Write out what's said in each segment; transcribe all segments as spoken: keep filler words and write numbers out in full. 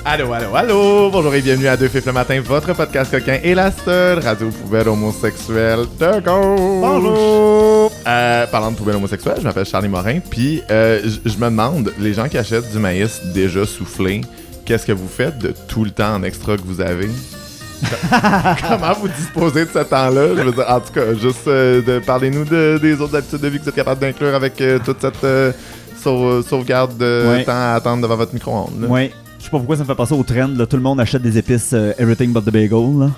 Allô, allô, allô! Bonjour et bienvenue à Deux Fifs le matin, votre podcast coquin et la seule radio poubelle homosexuelle de gauche! Bonjour! Euh, parlant de poubelle homosexuelle, je m'appelle Charlie Morin, puis euh, je me demande, les gens qui achètent du maïs déjà soufflé, qu'est-ce que vous faites de tout le temps en extra que vous avez? Comment vous disposez de ce temps-là? Je veux dire, en tout cas, juste euh, de, parlez-nous de, des autres habitudes de vie que vous êtes capable d'inclure avec euh, toute cette euh, sau- sauvegarde de Ouais. temps à attendre devant votre micro-ondes. là. Oui. Je sais pas pourquoi ça me fait penser au trend, là. Tout le monde achète des épices euh, Everything But The Bagel, là.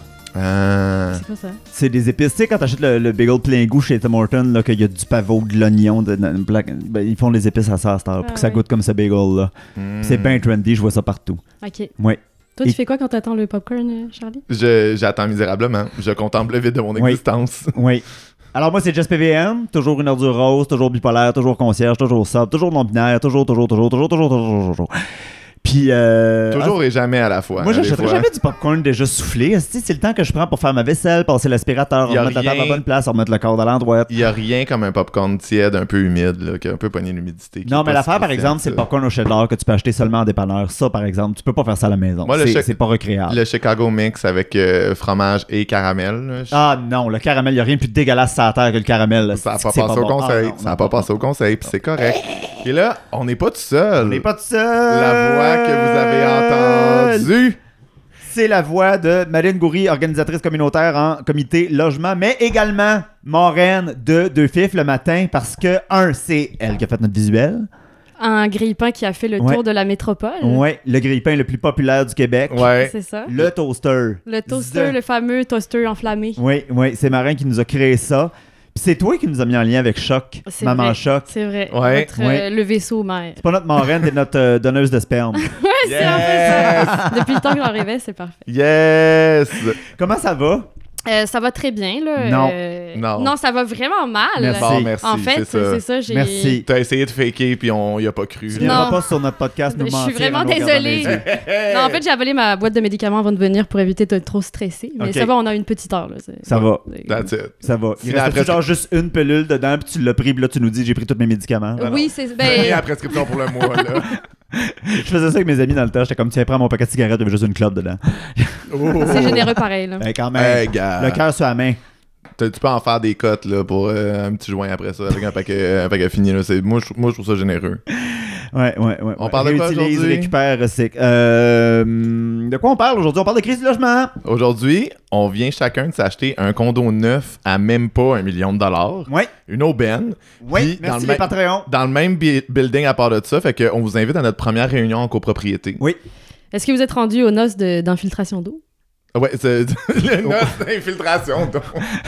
Ah. C'est quoi ça? C'est des épices, tu sais, quand t'achètes le, le bagel plein goût chez Tim Hortons, là, qu'il y a du pavot, de l'oignon, de, de- de black- ben, ils font des épices à ça à cette heure, pour Ah que ça ouais. goûte comme ce bagel-là. Hmm. C'est bien trendy, je vois ça partout. Ok. Oui. Toi, Et- tu fais quoi quand t'attends le popcorn, euh, Charlie? Je, j'attends misérablement. Je contemple le vide de mon Oui. existence. Oui. Alors moi, c'est Just P V M, toujours une ordure rose, toujours bipolaire, toujours concierge, toujours sub, toujours non-binaire, toujours, toujours, toujours, toujours, toujours, toujours, toujours, toujours. Puis, euh... Toujours et jamais à la fois. Moi, hein, des j'achèterais fois. jamais du popcorn déjà soufflé. Esti, c'est le temps que je prends pour faire ma vaisselle, passer l'aspirateur, Y a remettre la table à rien- la bonne place, remettre le cadre à l'endroit. Il n'y a rien comme un popcorn tiède, un peu humide, là, qui a un peu pogné l'humidité. qui Non, est mais pas l'affaire, si par exemple, c'est le ça. popcorn au cheddar que tu peux acheter seulement en dépanneur. Ça, par exemple, tu peux pas faire ça à la maison. Moi, le c'est, chèque- c'est pas recréable. Le Chicago Mix avec euh, fromage et caramel. là, je- Ah non, le caramel, il n'y a rien de plus dégueulasse sur la terre que le caramel. là. Ça n'a C'est- pas c'est passé au bon. conseil. Ah, non, ça n'a non, pas non, passé au conseil, puis c'est correct. Et là, on n'est pas tout seul. On n'est pas tout seul. La voix que vous avez entendue. C'est la voix de Marine Goury, organisatrice communautaire en comité logement, mais également marraine de Deux Fifs le matin parce que, un, c'est elle qui a fait notre visuel. Un grille-pain qui a fait le Ouais. tour de la métropole. Ouais, le grille-pain le plus populaire du Québec. Ouais. C'est ça. Le toaster. Le toaster, The- le fameux toaster enflammé. Oui, oui, c'est Marin qui nous a créé ça. Puis c'est toi qui nous a mis en lien avec Choc, C'est Maman vrai. Choc. C'est vrai. Ouais. Notre, Ouais. euh, le vaisseau mère. C'est pas notre marraine, c'est notre euh, donneuse de sperme. Ouais, c'est un peu ça. Depuis le temps que j'en rêvais, c'est parfait. Yes! Comment ça va? Euh, ça va très bien, là. Non. Euh, Non. Non, ça va vraiment mal. Merci. Bon, merci. En fait, c'est ça. c'est ça. J'ai... Merci. T'as essayé de faker, puis on y a pas cru. Tu là. viendras Non. pas sur notre podcast nous Je suis mentir vraiment en nous regardant désolée. dans les yeux. Non, en fait, j'ai avalé ma boîte de médicaments avant de venir pour éviter d'être trop stressée. Mais Ok. ça va, on a une petite heure. Là. C'est- Ça va. c'est- That's it. Ça va. Il Fini la reste prescri- genre juste une pilule dedans, puis tu l'as pris, puis là tu nous dis j'ai pris tous mes médicaments. Ben Oui, non. c'est... Fini Ben, la prescription pour le mois, là. Je faisais ça avec mes amis dans le temps, j'étais comme tiens, prends mon paquet de cigarettes, il y avait juste une clope dedans. Oh. c'est généreux pareil. Là. Ben quand même. Hey, gars. Le cœur sur la main. T'as- Tu peux en faire des cotes là, pour euh, un petit joint après ça, avec un paquet, un paquet fini. Là. C'est, moi, je, moi, je trouve ça généreux. Ouais, ouais, ouais. On ouais. parle de quoi Réutilise, aujourd'hui? récupère, recycle. Euh, de quoi on parle aujourd'hui? On parle de crise du logement. Aujourd'hui, on vient chacun de s'acheter un condo neuf à même pas un million de dollars. Ouais. Une aubaine. Oui, Puis, dans merci le les même- Patreons. Dans le même bi- building à part de ça, fait qu'on vous invite à notre première réunion en copropriété. Oui. Est-ce que vous êtes rendu aux noces de- d'infiltration d'eau? Ouais, c'est le noce d'infiltration. donc.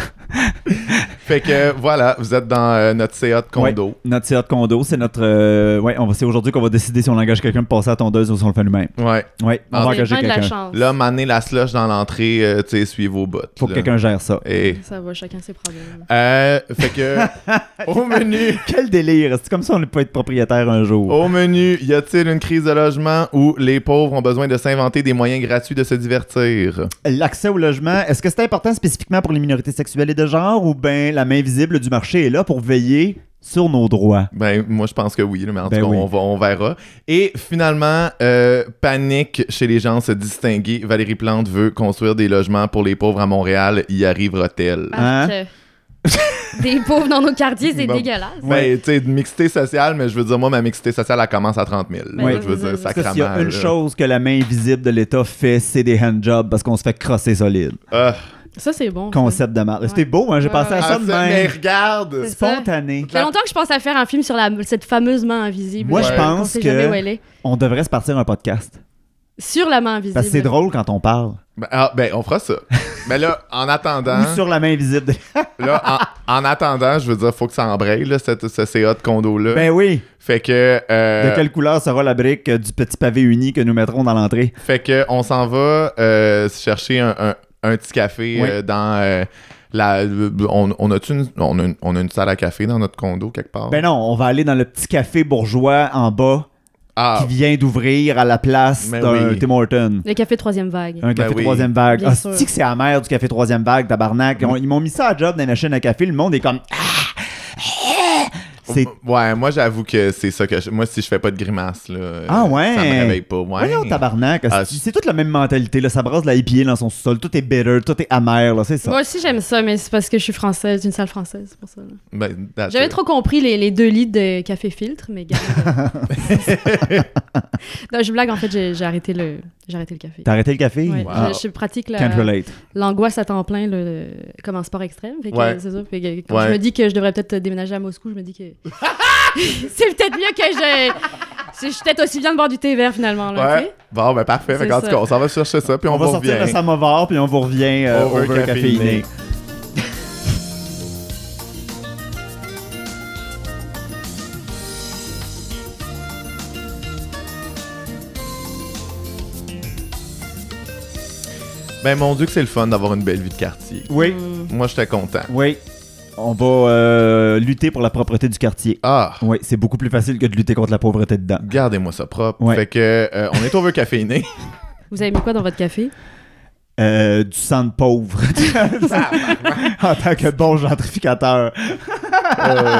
Fait que voilà, vous êtes dans euh, notre C A de condo. Notre C A de condo, c'est notre. euh, ouais, on va, c'est aujourd'hui qu'on va décider si on engage quelqu'un pour passer à tondeuse ou si on le fait nous-mêmes. Ouais. Ouais, on Ah, va C'est engager bien de la quelqu'un. chance. Là, m'amener la slush dans l'entrée, euh, tu sais, suivez vos bottes. Faut que là. quelqu'un gère ça. Et, Ça va, chacun ses problèmes. euh, fait que, au menu, Quel délire! C'est comme ça on peut être propriétaire un jour. au menu, y a-t-il une crise de logement où les pauvres ont besoin de s'inventer des moyens gratuits de se divertir? L'accès au logement, est-ce que c'est important spécifiquement pour les minorités sexuelles et de genre ou bien la main visible du marché est là pour veiller sur nos droits? Ben, moi, je pense que oui, là, mais en Ben tout cas, oui. on, va, on verra. Et finalement, euh, panique chez les gens se distinguer. Valérie Plante veut construire des logements pour les pauvres à Montréal. Y arrivera-t-elle? Hein? Arc. Des pauvres dans nos quartiers, c'est Bon. dégueulasse. Ben, tu sais, de mixité sociale, mais je veux dire, moi, ma mixité sociale, elle commence à trente mille. Ben, là. je veux c'est- dire, c'est- Parce que s'il y a sacrément. une là. chose que la main visible de l'État fait, c'est des handjobs parce qu'on se fait crosser solide. Ah, Ça, c'est bon. ça. Concept de marque. Ouais. C'était beau, hein? J'ai Ouais, pensé à ouais. ça ah, de c'est- mais même. regarde! C'est ça. Spontané. Ça fait longtemps que je pense à faire un film sur la, cette fameuse main invisible. Moi, je euh, pense qu'on sait que- jamais où elle est. On devrait se partir un podcast. Sur la main invisible. Parce que c'est drôle quand on parle. Ben, ah, ben, on fera ça. Mais là, en attendant, Ou sur la main visible. de- là, en, en attendant, je veux dire, faut que ça embraye, là, cette, ce C A de condo-là. Ben oui. Fait que... euh, De quelle couleur sera la brique euh, du petit pavé uni que nous mettrons dans l'entrée? Fait que on s'en va euh, chercher un, un, un petit café Oui. euh, dans euh, la. On, on a-tu une, on, a une, on a une salle à café dans notre condo quelque part? Ben non, on va aller dans le petit café bourgeois en bas ah, qui vient d'ouvrir à la place Mais d'un oui. Tim Hortons. Le café troisième vague. Un café Ben oui. troisième vague. Bien Ah, sûr. c'est que c'est amer du café troisième vague, tabarnak. Ils ont- Ils m'ont mis ça à job dans les machines à café. Le monde est comme. Ah! Ah! C'est... Ouais, moi, j'avoue que c'est ça que je... Moi, si je fais pas de grimace, là, Ah ouais? ça me réveille pas. Ouais. Voyons, tabarnak. Ah, c'est, c'est toute la même mentalité. Là. Ça brasse de la I P A dans son sol. Tout est bitter, tout est amer. Là. C'est ça. Moi aussi, j'aime ça, mais c'est parce que je suis française, d'une salle française, c'est pour ça. Là. Ben, that's J'avais it. trop compris les, les deux litres de café filtre, mais garde. Non, je blague, en fait, j'ai, j'ai, arrêté, le, j'ai arrêté le café. T'as arrêté le café? Ouais, Wow. je, je pratique la, Can't relate. l'angoisse à temps plein là, comme un sport extrême. Fait que, Ouais. c'est ça. Fait que quand Ouais. je me dis que je devrais peut-être déménager à Moscou, je me dis que c'est peut-être mieux que je... C'est je suis peut-être aussi bien de boire du thé vert finalement. Là, Ouais. tu sais. Bon, ben parfait. Fait C'est qu'en tout ça. cas, on s'en va chercher ça, puis on, On va sortir revient. le samovar, puis on vous revient euh, Over over caféiné. caféiné. Ben, mon Dieu, que c'est le fun d'avoir une belle vie de quartier. Oui, Mm. Moi, j'étais content. oui. On va euh, lutter pour la propreté du quartier. Ah, Oui, c'est beaucoup plus facile que de lutter contre la pauvreté dedans. gardez-moi ça propre. Ouais. Fait que, euh, on est over caféiné. Vous avez mis quoi dans votre café? Euh, du sang de pauvre. En tant que bon gentrificateur. Euh,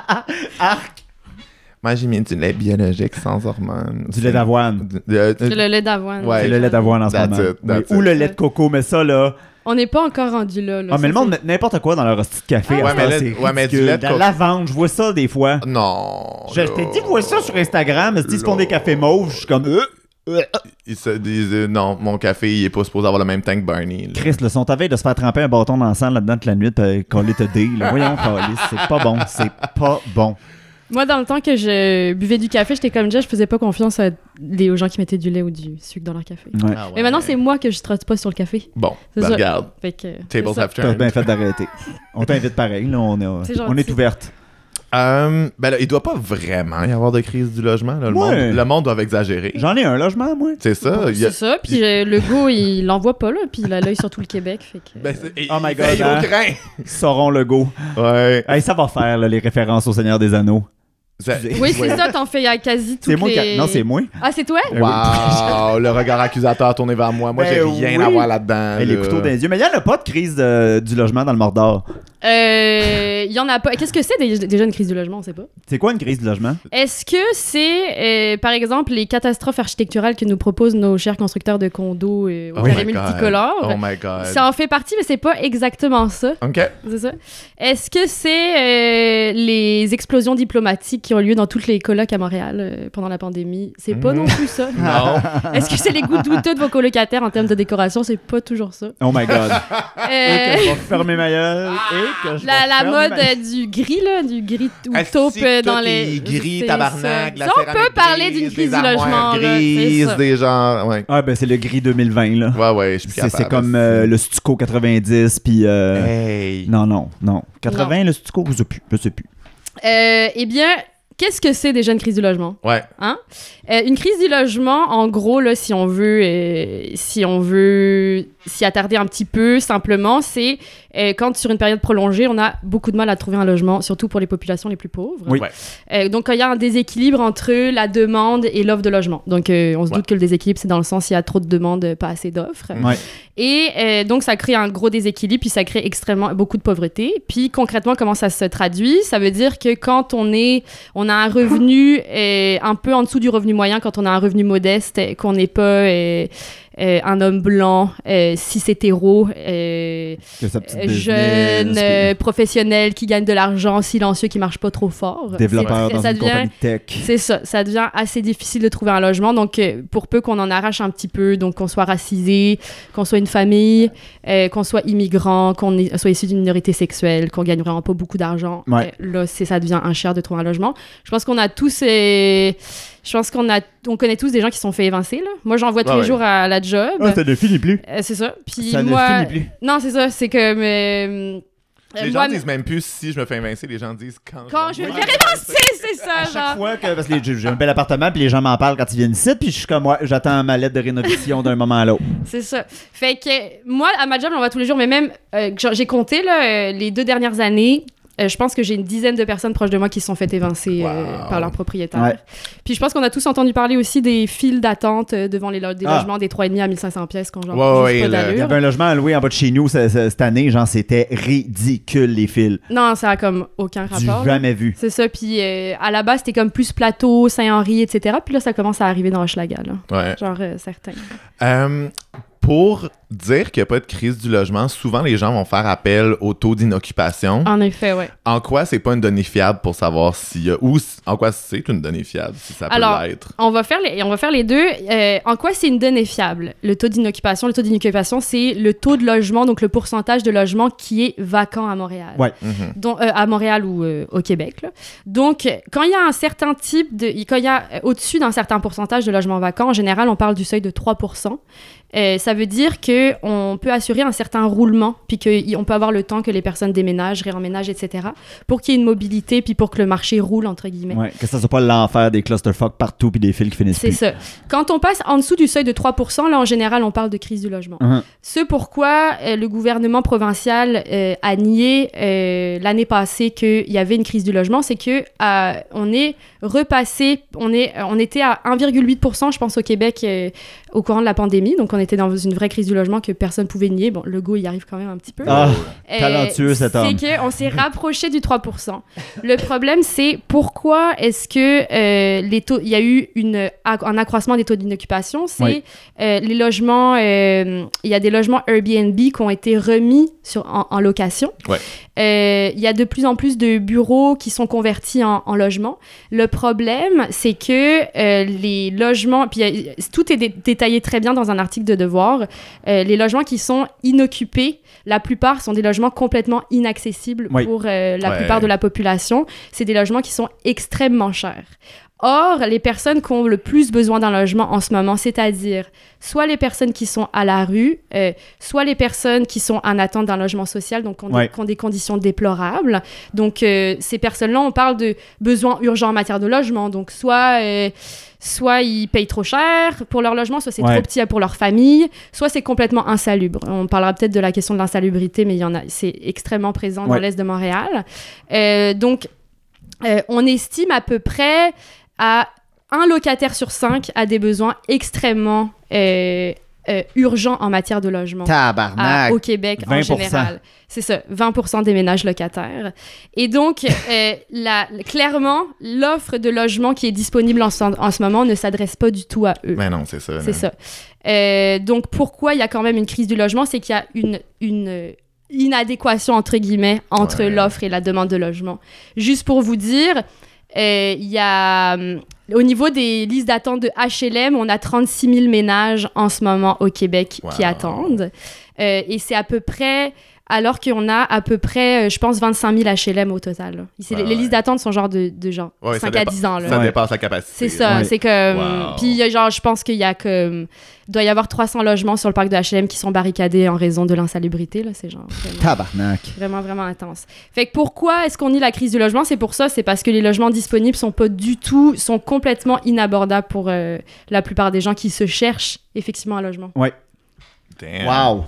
Moi, j'ai mis du lait biologique sans hormones. Du lait d'avoine. De- de- C'est le lait d'avoine. Ouais. C'est le lait d'avoine en ce That's moment. it, that's Oui. Ou it. le lait de coco, mais ça, là... On n'est pas encore rendu là. là. Ah, mais Ça, le monde c'est- met n'importe quoi dans leur hostie de café. Ah, à ouais, ce mais temps, lait- c'est ouais, mais du ridicule. lait de La coco- lavande, je vois ça des fois. Non. Je, je t'ai dit, vois ça sur Instagram. Ils se disent qu'ils font des cafés mauves. Je suis comme... Euh, euh. Ils se disent, euh, non, mon café, il est pas supposé avoir le même temps que Barney. là. Chris, le son ta veille de se faire tremper un bâton d'encens là-dedans toute la nuit puis coller te dé. là. Voyons, Carlis, c'est pas bon. C'est pas bon. Moi, dans le temps que je buvais du café, j'étais comme Jess, je faisais pas confiance à les, aux gens qui mettaient du lait ou du sucre dans leur café. Ouais. Ah ouais. Mais maintenant, c'est moi que je trotte pas sur le café. Bon, C'est ben ça. regarde. Fait que, Tables c'est ça. have T'as turned. bien fait d'arrêter. On t'invite pareil. Là, on, est, C'est on est gentil. ouverte. Euh, ben là, il doit pas vraiment y avoir de crise du logement. Là. Le, Ouais. monde, le monde doit exagérer. J'en ai un logement, moi. C'est ça. il y a- C'est ça. Puis euh, le go, il l'envoie pas, là. Puis il a l'œil sur tout le Québec. Fait que... Ben, c'est- Oh my il God, fait hein. au grain. Sauron le go. Ouais. Hey, ça va faire là, les références au Seigneur des Anneaux. Ça- Oui, c'est ça. T'en fais à quasi toutes C'est moi les... qui... Non, c'est moi. Ah, c'est toi? Wow, le regard accusateur tourné vers moi. Moi, Ben j'ai rien oui. à voir là-dedans. Elle les là. couteaux dans les yeux. Mais il n'y en a pas de crise de- du logement dans le Mordor. Euh, Il y en a pas. Qu'est-ce que c'est dé- déjà une crise du logement? On sait pas. C'est quoi une crise du logement? Est-ce que c'est, euh, par exemple, les catastrophes architecturales que nous proposent nos chers constructeurs de condos euh, au Oh carré my God. multicolore? Oh my God. Ça en fait partie, mais c'est pas exactement ça. OK. C'est ça. Est-ce que c'est euh, les explosions diplomatiques qui ont lieu dans toutes les colocs à Montréal euh, pendant la pandémie? C'est pas Mhm. non plus ça. Non. Est-ce que c'est les goûts douteux de vos colocataires en termes de décoration? C'est pas toujours ça. Oh my God. Euh, Et que je vais fermer ma gueule. Et que je La, vais la fermer mode ma- euh, du gris, là, du gris ou Asti taupe que euh, dans tout les... est gris, c'est tabarnak, ça. la Ça, on céramique peut parler grise, d'une des crise du armoires logement, là, c'est grises, ça. des gens... Ouais, Ah, ben c'est le gris deux mille vingt, là. ouais, ouais je suis plus C'est, capable. c'est comme euh, le Stuco quatre-vingt-dix, puis... euh, Hey. Non, non, non. quatre-vingts, le Stuco, je sais plus. Je sais plus. Euh, eh bien, qu'est-ce que c'est déjà une crise du logement? Ouais. Hein? Euh, une crise du logement, en gros, là, si on veut, euh, si on veut s'y attarder un petit peu, simplement, c'est euh, quand sur une période prolongée, on a beaucoup de mal à trouver un logement, surtout pour les populations les plus pauvres. Oui. Ouais. Euh, donc, quand il y a un déséquilibre entre la demande et l'offre de logement. Donc, euh, on se Ouais. doute que le déséquilibre, c'est dans le sens il y a trop de demandes, pas assez d'offres. Mm. Ouais. Et euh, donc, ça crée un gros déséquilibre, puis ça crée extrêmement beaucoup de pauvreté. Puis, concrètement, comment ça se traduit? Ça veut dire que quand on est, on a un revenu euh, un peu en dessous du revenu moyen, quand on a un revenu modeste, euh, qu'on n'est pas euh, euh, un homme blanc, euh, cis hétéro, euh, Que sa petite euh, business, jeune, puis euh, professionnel, qui gagne de l'argent, silencieux, qui marche pas trop fort. développeur C'est- dans ça une devient- compagnie tech. c'est ça, ça devient assez difficile de trouver un logement. Donc, euh, pour peu qu'on en arrache un petit peu, donc qu'on soit racisé, qu'on soit une famille, euh, qu'on soit immigrant, qu'on est- soit issu d'une minorité sexuelle, qu'on gagne vraiment pas beaucoup d'argent, Ouais. euh, là, c'est, ça devient un cher de trouver un logement. Je pense qu'on a tous... euh, je pense qu'on a, on connaît tous des gens qui se sont fait évincer, là. Moi, j'en vois tous Ouais, les ouais. jours à la job. Ah, ça ne finit plus. Euh, c'est ça. Puis Ça moi... ne finit plus. Non, c'est ça. C'est comme... euh, Les euh, gens moi, disent même plus si je me fais évincer, les gens disent quand, quand je vais me Ouais. faire évincer, c'est ça, À genre. chaque fois que parce que les- j'ai un bel appartement puis les gens m'en parlent quand ils viennent ici puis je suis comme ouais, j'attends ma lettre de rénovation d'un moment à l'autre. C'est ça. Fait que moi, à ma job, on va tous les jours, mais même, euh, genre, j'ai compté là, euh, les deux dernières années, euh, je pense que j'ai une dizaine de personnes proches de moi qui se sont fait évincer euh, Wow. par leurs propriétaires. Ouais. Puis je pense qu'on a tous entendu parler aussi des files d'attente euh, devant les lo- des Ah. logements des trois virgule cinq à mille cinq cents pièces qu'on genre Ouais, juste ouais, pas le- Il y d'allure. avait un logement à louer en bas de chez nous ce- ce- cette année, genre c'était ridicule les fils. Non, ça a comme aucun Du rapport. là. jamais vu. C'est ça, puis euh, à la base, c'était comme plus plateau, Saint-Henri, et cetera. Puis là, ça commence à arriver dans Hochelaga, là. Ouais. Genre euh, certains. Euh, pour dire qu'il n'y a pas de crise du logement, souvent les gens vont faire appel au taux d'inoccupation. En effet, ouais. En quoi c'est pas une donnée fiable pour savoir s'il y a... Ou s- en quoi c'est une donnée fiable, si ça peut Alors, l'être. On va faire les, on va faire les deux. Euh, en quoi c'est une donnée fiable? Le taux d'inoccupation. Le taux d'inoccupation, c'est le taux de logement, donc le pourcentage de logement qui est vacant à Montréal. Ouais. Mhm. Donc, euh, à Montréal ou euh, au Québec. Là. Donc, quand il y a un certain type de... Quand il y a euh, au-dessus d'un certain pourcentage de logements vacants, en général, on parle du seuil de trois pour cent. Euh, ça veut dire qu'on peut assurer un certain roulement, puis qu'on peut avoir le temps que les personnes déménagent, réemménagent, et cetera, pour qu'il y ait une mobilité, puis pour que le marché roule, entre guillemets. Ouais, que ça soit pas l'enfer des clusterfuck partout puis des fils qui finissent C'est plus. ça. Quand on passe en dessous du seuil de trois pour cent, là, en général, on parle de crise du logement. Mhm. Ce pourquoi euh, le gouvernement provincial euh, a nié euh, l'année passée qu'il y avait une crise du logement, c'est que euh, on est repassé, on, est, on était à un virgule huit pour cent, je pense, au Québec euh, au courant de la pandémie. Donc, on était dans une vraie crise du logement que personne pouvait nier. Bon, le go, il y arrive quand même un petit peu. Ah, Euh, talentueux, cet homme. C'est qu'on s'est rapproché du trois pour cent. Le problème, c'est pourquoi est-ce que euh, les taux, il y a eu une, un accroissement des taux d'inoccupation. C'est Oui. euh, les logements, euh, il y a des logements Airbnb qui ont été remis sur, en, en location. Ouais. Euh, Il y a de plus en plus de bureaux qui sont convertis en, en logements. Le problème, c'est que euh, les logements, puis il y a- tout est dé- détaillé très bien dans un article de Devoir, euh, les logements qui sont inoccupés, la plupart sont des logements complètement inaccessibles Oui. pour euh, la Ouais. plupart de la population. C'est des logements qui sont extrêmement chers. Or, les personnes qui ont le plus besoin d'un logement en ce moment, c'est-à-dire soit les personnes qui sont à la rue, euh, soit les personnes qui sont en attente d'un logement social, donc qui ont, Ouais. des, qui ont des conditions déplorables. Donc, euh, ces personnes-là, on parle de besoins urgents en matière de logement. Donc, soit, euh, soit ils payent trop cher pour leur logement, soit c'est Ouais. trop petit pour leur famille, soit c'est complètement insalubre. On parlera peut-être de la question de l'insalubrité, mais il y en a, c'est extrêmement présent dans Ouais. l'Est de Montréal. Euh, donc, euh, on estime à peu près à un locataire sur cinq a des besoins extrêmement euh, euh, urgents en matière de logement. À- Tabarnak. au Québec en vingt pour cent. général. C'est ça, vingt pour cent des ménages locataires. Et donc, euh, la, clairement, l'offre de logement qui est disponible en ce, en ce moment ne s'adresse pas du tout à eux. Mais non, c'est ça. C'est là. ça. Euh, donc, pourquoi il y a quand même une crise du logement? C'est qu'il y a une, une euh, inadéquation, entre guillemets, entre Ouais. l'offre et la demande de logement. Juste pour vous dire, euh, il y a... hum, au niveau des listes d'attente de H L M, on a trente-six mille ménages en ce moment au Québec qui Wow. attendent. Euh, et c'est à peu près... Alors qu'on a à peu près, euh, je pense, vingt-cinq mille H L M au total. là. Ici, Ouais, les, les ouais. listes d'attente sont genre de, de genre Ouais, ça cinq à dépa- dix ans. Là. Ça Ouais. dépasse la capacité. C'est ça, Ouais. c'est comme... Wow. Puis, il y a genre, je pense qu'il y a comme... Il doit y avoir trois cents logements sur le parc de H L M qui sont barricadés en raison de l'insalubrité, là. C'est genre vraiment, Tabarnak. vraiment, vraiment intense. Fait que pourquoi est-ce qu'on nie la crise du logement? C'est pour ça, c'est parce que les logements disponibles sont pas du tout... sont complètement inabordables pour euh, la plupart des gens qui se cherchent effectivement un logement. Damn. Wow.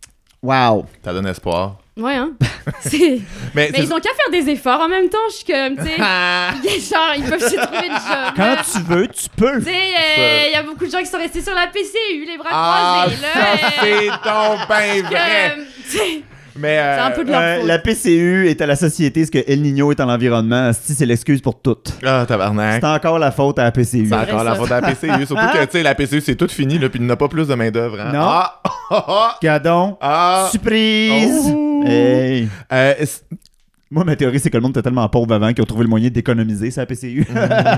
Wow. Ça donne espoir. Ouais, hein? C'est... Mais, Mais ils ont qu'à faire des efforts en même temps, je suis comme, tu sais... Ah! genre, ils peuvent se trouver le job. Quand là. tu veux, tu peux. Tu sais, euh, il y a beaucoup de gens qui sont restés sur la P C U, les bras Ah, croisés, là. ça, euh, c'est donc ben vrai. comme, tu sais, Mais, euh, c'est un peu de leur Euh, faute. la P C U est à la société ce que El Niño est à l'environnement. Asti, c'est l'excuse pour tout. Ah, tabarnak. C'est encore la faute à la P C U. C'est vrai, encore la ça. faute à la P C U. Surtout que, tu sais, la P C U, c'est tout fini, là, puis il n'y a pas plus de main-d'œuvre. Hein? Non. Ah! Ah! Ah! Gadon. Ah! Surprise. Oh. Hey. Euh, est-ce- Moi, ma théorie, c'est que le monde était tellement pauvre avant qu'ils ont trouvé le moyen d'économiser sa P C U.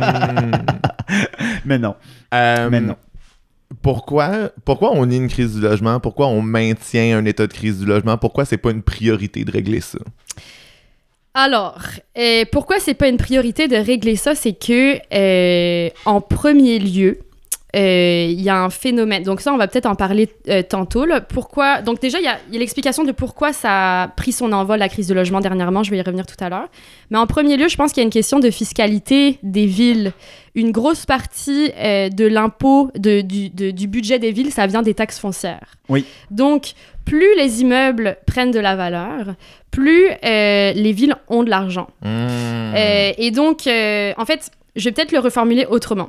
Mais non. Euh, Mais non. Pourquoi, pourquoi on nie une crise du logement? Pourquoi on maintient un état de crise du logement? Pourquoi c'est pas une priorité de régler ça? Alors, euh, pourquoi c'est pas une priorité de régler ça? C'est que, euh, en premier lieu, euh, il y a un phénomène. Donc ça, on va peut-être en parler euh, tantôt. Là. Pourquoi... Donc déjà, il y a, y a l'explication de pourquoi ça a pris son envol, la crise du logement, dernièrement. Je vais y revenir tout à l'heure. Mais en premier lieu, je pense qu'il y a une question de fiscalité des villes. Une grosse partie euh, de l'impôt, de, du, de, du budget des villes, ça vient des taxes foncières. Oui. Donc, plus les immeubles prennent de la valeur, plus euh, les villes ont de l'argent. Mmh. Euh, et donc, euh, en fait, je vais peut-être le reformuler autrement.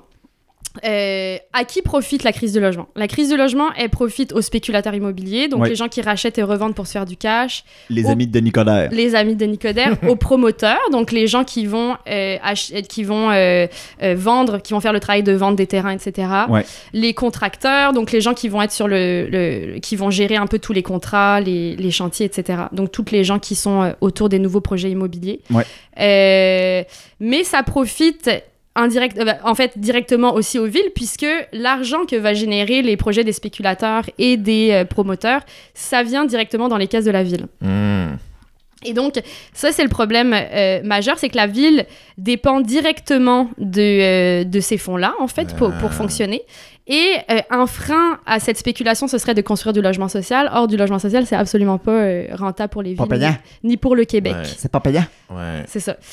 Euh, à qui profite la crise du logement? La crise du logement, elle profite aux spéculateurs immobiliers, donc ouais. les gens qui rachètent et revendent pour se faire du cash. Les aux, amis de Nicodère. Les amis de Nicodère, aux promoteurs, donc les gens qui vont, euh, ach- qui vont euh, euh, vendre, qui vont faire le travail de vente des terrains, et cetera. Ouais. Les contracteurs, donc les gens qui vont être sur le, le qui vont gérer un peu tous les contrats, les, les chantiers, et cetera. Donc toutes les gens qui sont euh, autour des nouveaux projets immobiliers. Ouais. Euh, mais ça profite indirect, euh, en fait directement aussi aux villes, puisque l'argent que va générer les projets des spéculateurs et des euh, promoteurs, ça vient directement dans les caisses de la ville. Mmh. Et donc, ça, c'est le problème euh, majeur, c'est que la ville dépend directement de, euh, de ces fonds-là, en fait, pour, pour fonctionner. Et euh, un frein à cette spéculation, ce serait de construire du logement social. Or, du logement social, c'est absolument pas euh, rentable pour les pas villes, payant. Ni, ni pour le Québec. Ouais. C'est pas payant. Ouais. C'est ça.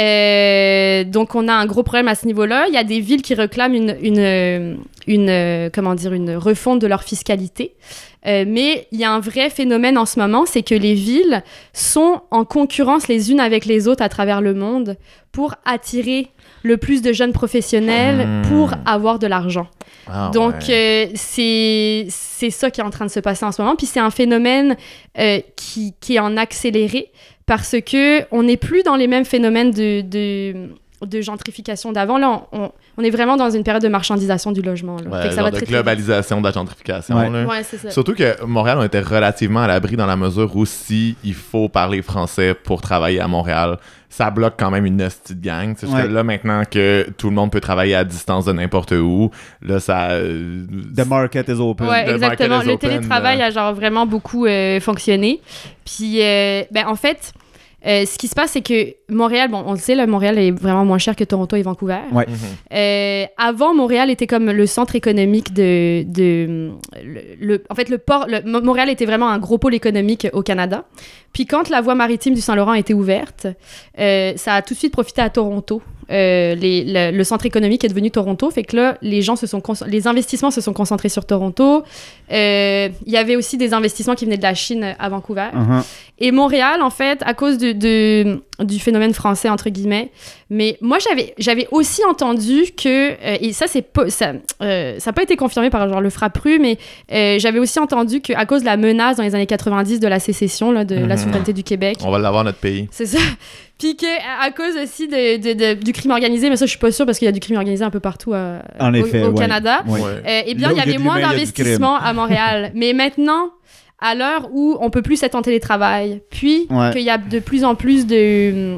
Euh, donc, on a un gros problème à ce niveau-là. Il y a des villes qui réclament une, une, une, une comment dire, une refonte de leur fiscalité. Euh, mais il y a un vrai phénomène en ce moment, c'est que les villes sont en concurrence les unes avec les autres à travers le monde pour attirer le plus de jeunes professionnels mmh. pour avoir de l'argent. Ah, Donc, ouais. euh, c'est, c'est ça qui est en train de se passer en ce moment. Puis c'est un phénomène euh, qui, qui est en accéléré parce qu'on n'est plus dans les mêmes phénomènes de... de de gentrification d'avant. Là, on, on, on est vraiment dans une période de marchandisation du logement. Là. Ouais, fait que ça genre va de très, globalisation de la gentrification. Ouais. Là. Ouais, c'est ça. Surtout que Montréal, on était relativement à l'abri dans la mesure où si il faut parler français pour travailler à Montréal, ça bloque quand même une hostie de gang. C'est juste Ouais. que là, maintenant que tout le monde peut travailler à distance de n'importe où, là, ça... euh, The market is open. Ouais, The exactement. market is Le open, télétravail euh. a genre vraiment beaucoup euh, fonctionné. Puis, euh, ben, en fait, euh, ce qui se passe, c'est que Montréal, bon, on le sait, là, Montréal est vraiment moins cher que Toronto et Vancouver. Ouais. Mhm. Euh, avant, Montréal était comme le centre économique de... de le, le- en fait, le port... le- Montréal était vraiment un gros pôle économique au Canada. Puis quand la voie maritime du Saint-Laurent a été ouverte, euh, ça a tout de suite profité à Toronto. Euh, les, le, le centre économique est devenu Toronto, fait que là, les gens se sont... Cons- les investissements se sont concentrés sur Toronto. Euh, Il y avait aussi des investissements qui venaient de la Chine à Vancouver. Uh-huh. Et Montréal, en fait, à cause de, de, du phénomène français, entre guillemets. Mais moi, j'avais, j'avais aussi entendu que, euh, et ça, c'est pas, ça n'a euh, ça a pas été confirmé par genre le Frappru, mais euh, j'avais aussi entendu qu'à cause de la menace dans les années quatre-vingt-dix de la sécession, là, de Mhm. la souveraineté du Québec. On va l'avoir, notre pays. C'est ça. Puis qu'à à cause aussi de, de, de, du crime organisé, mais ça, je suis pas sûre parce qu'il y a du crime organisé un peu partout à- En au, effet, au ouais. Canada. Ouais. Ouais. Euh, eh bien, Là il où y il y a avait de moins l'humain, il y a du crime. d'investissements à Montréal. Mais maintenant, à l'heure où on peut plus être en télétravail, puis Ouais. qu'il y a de plus en plus de,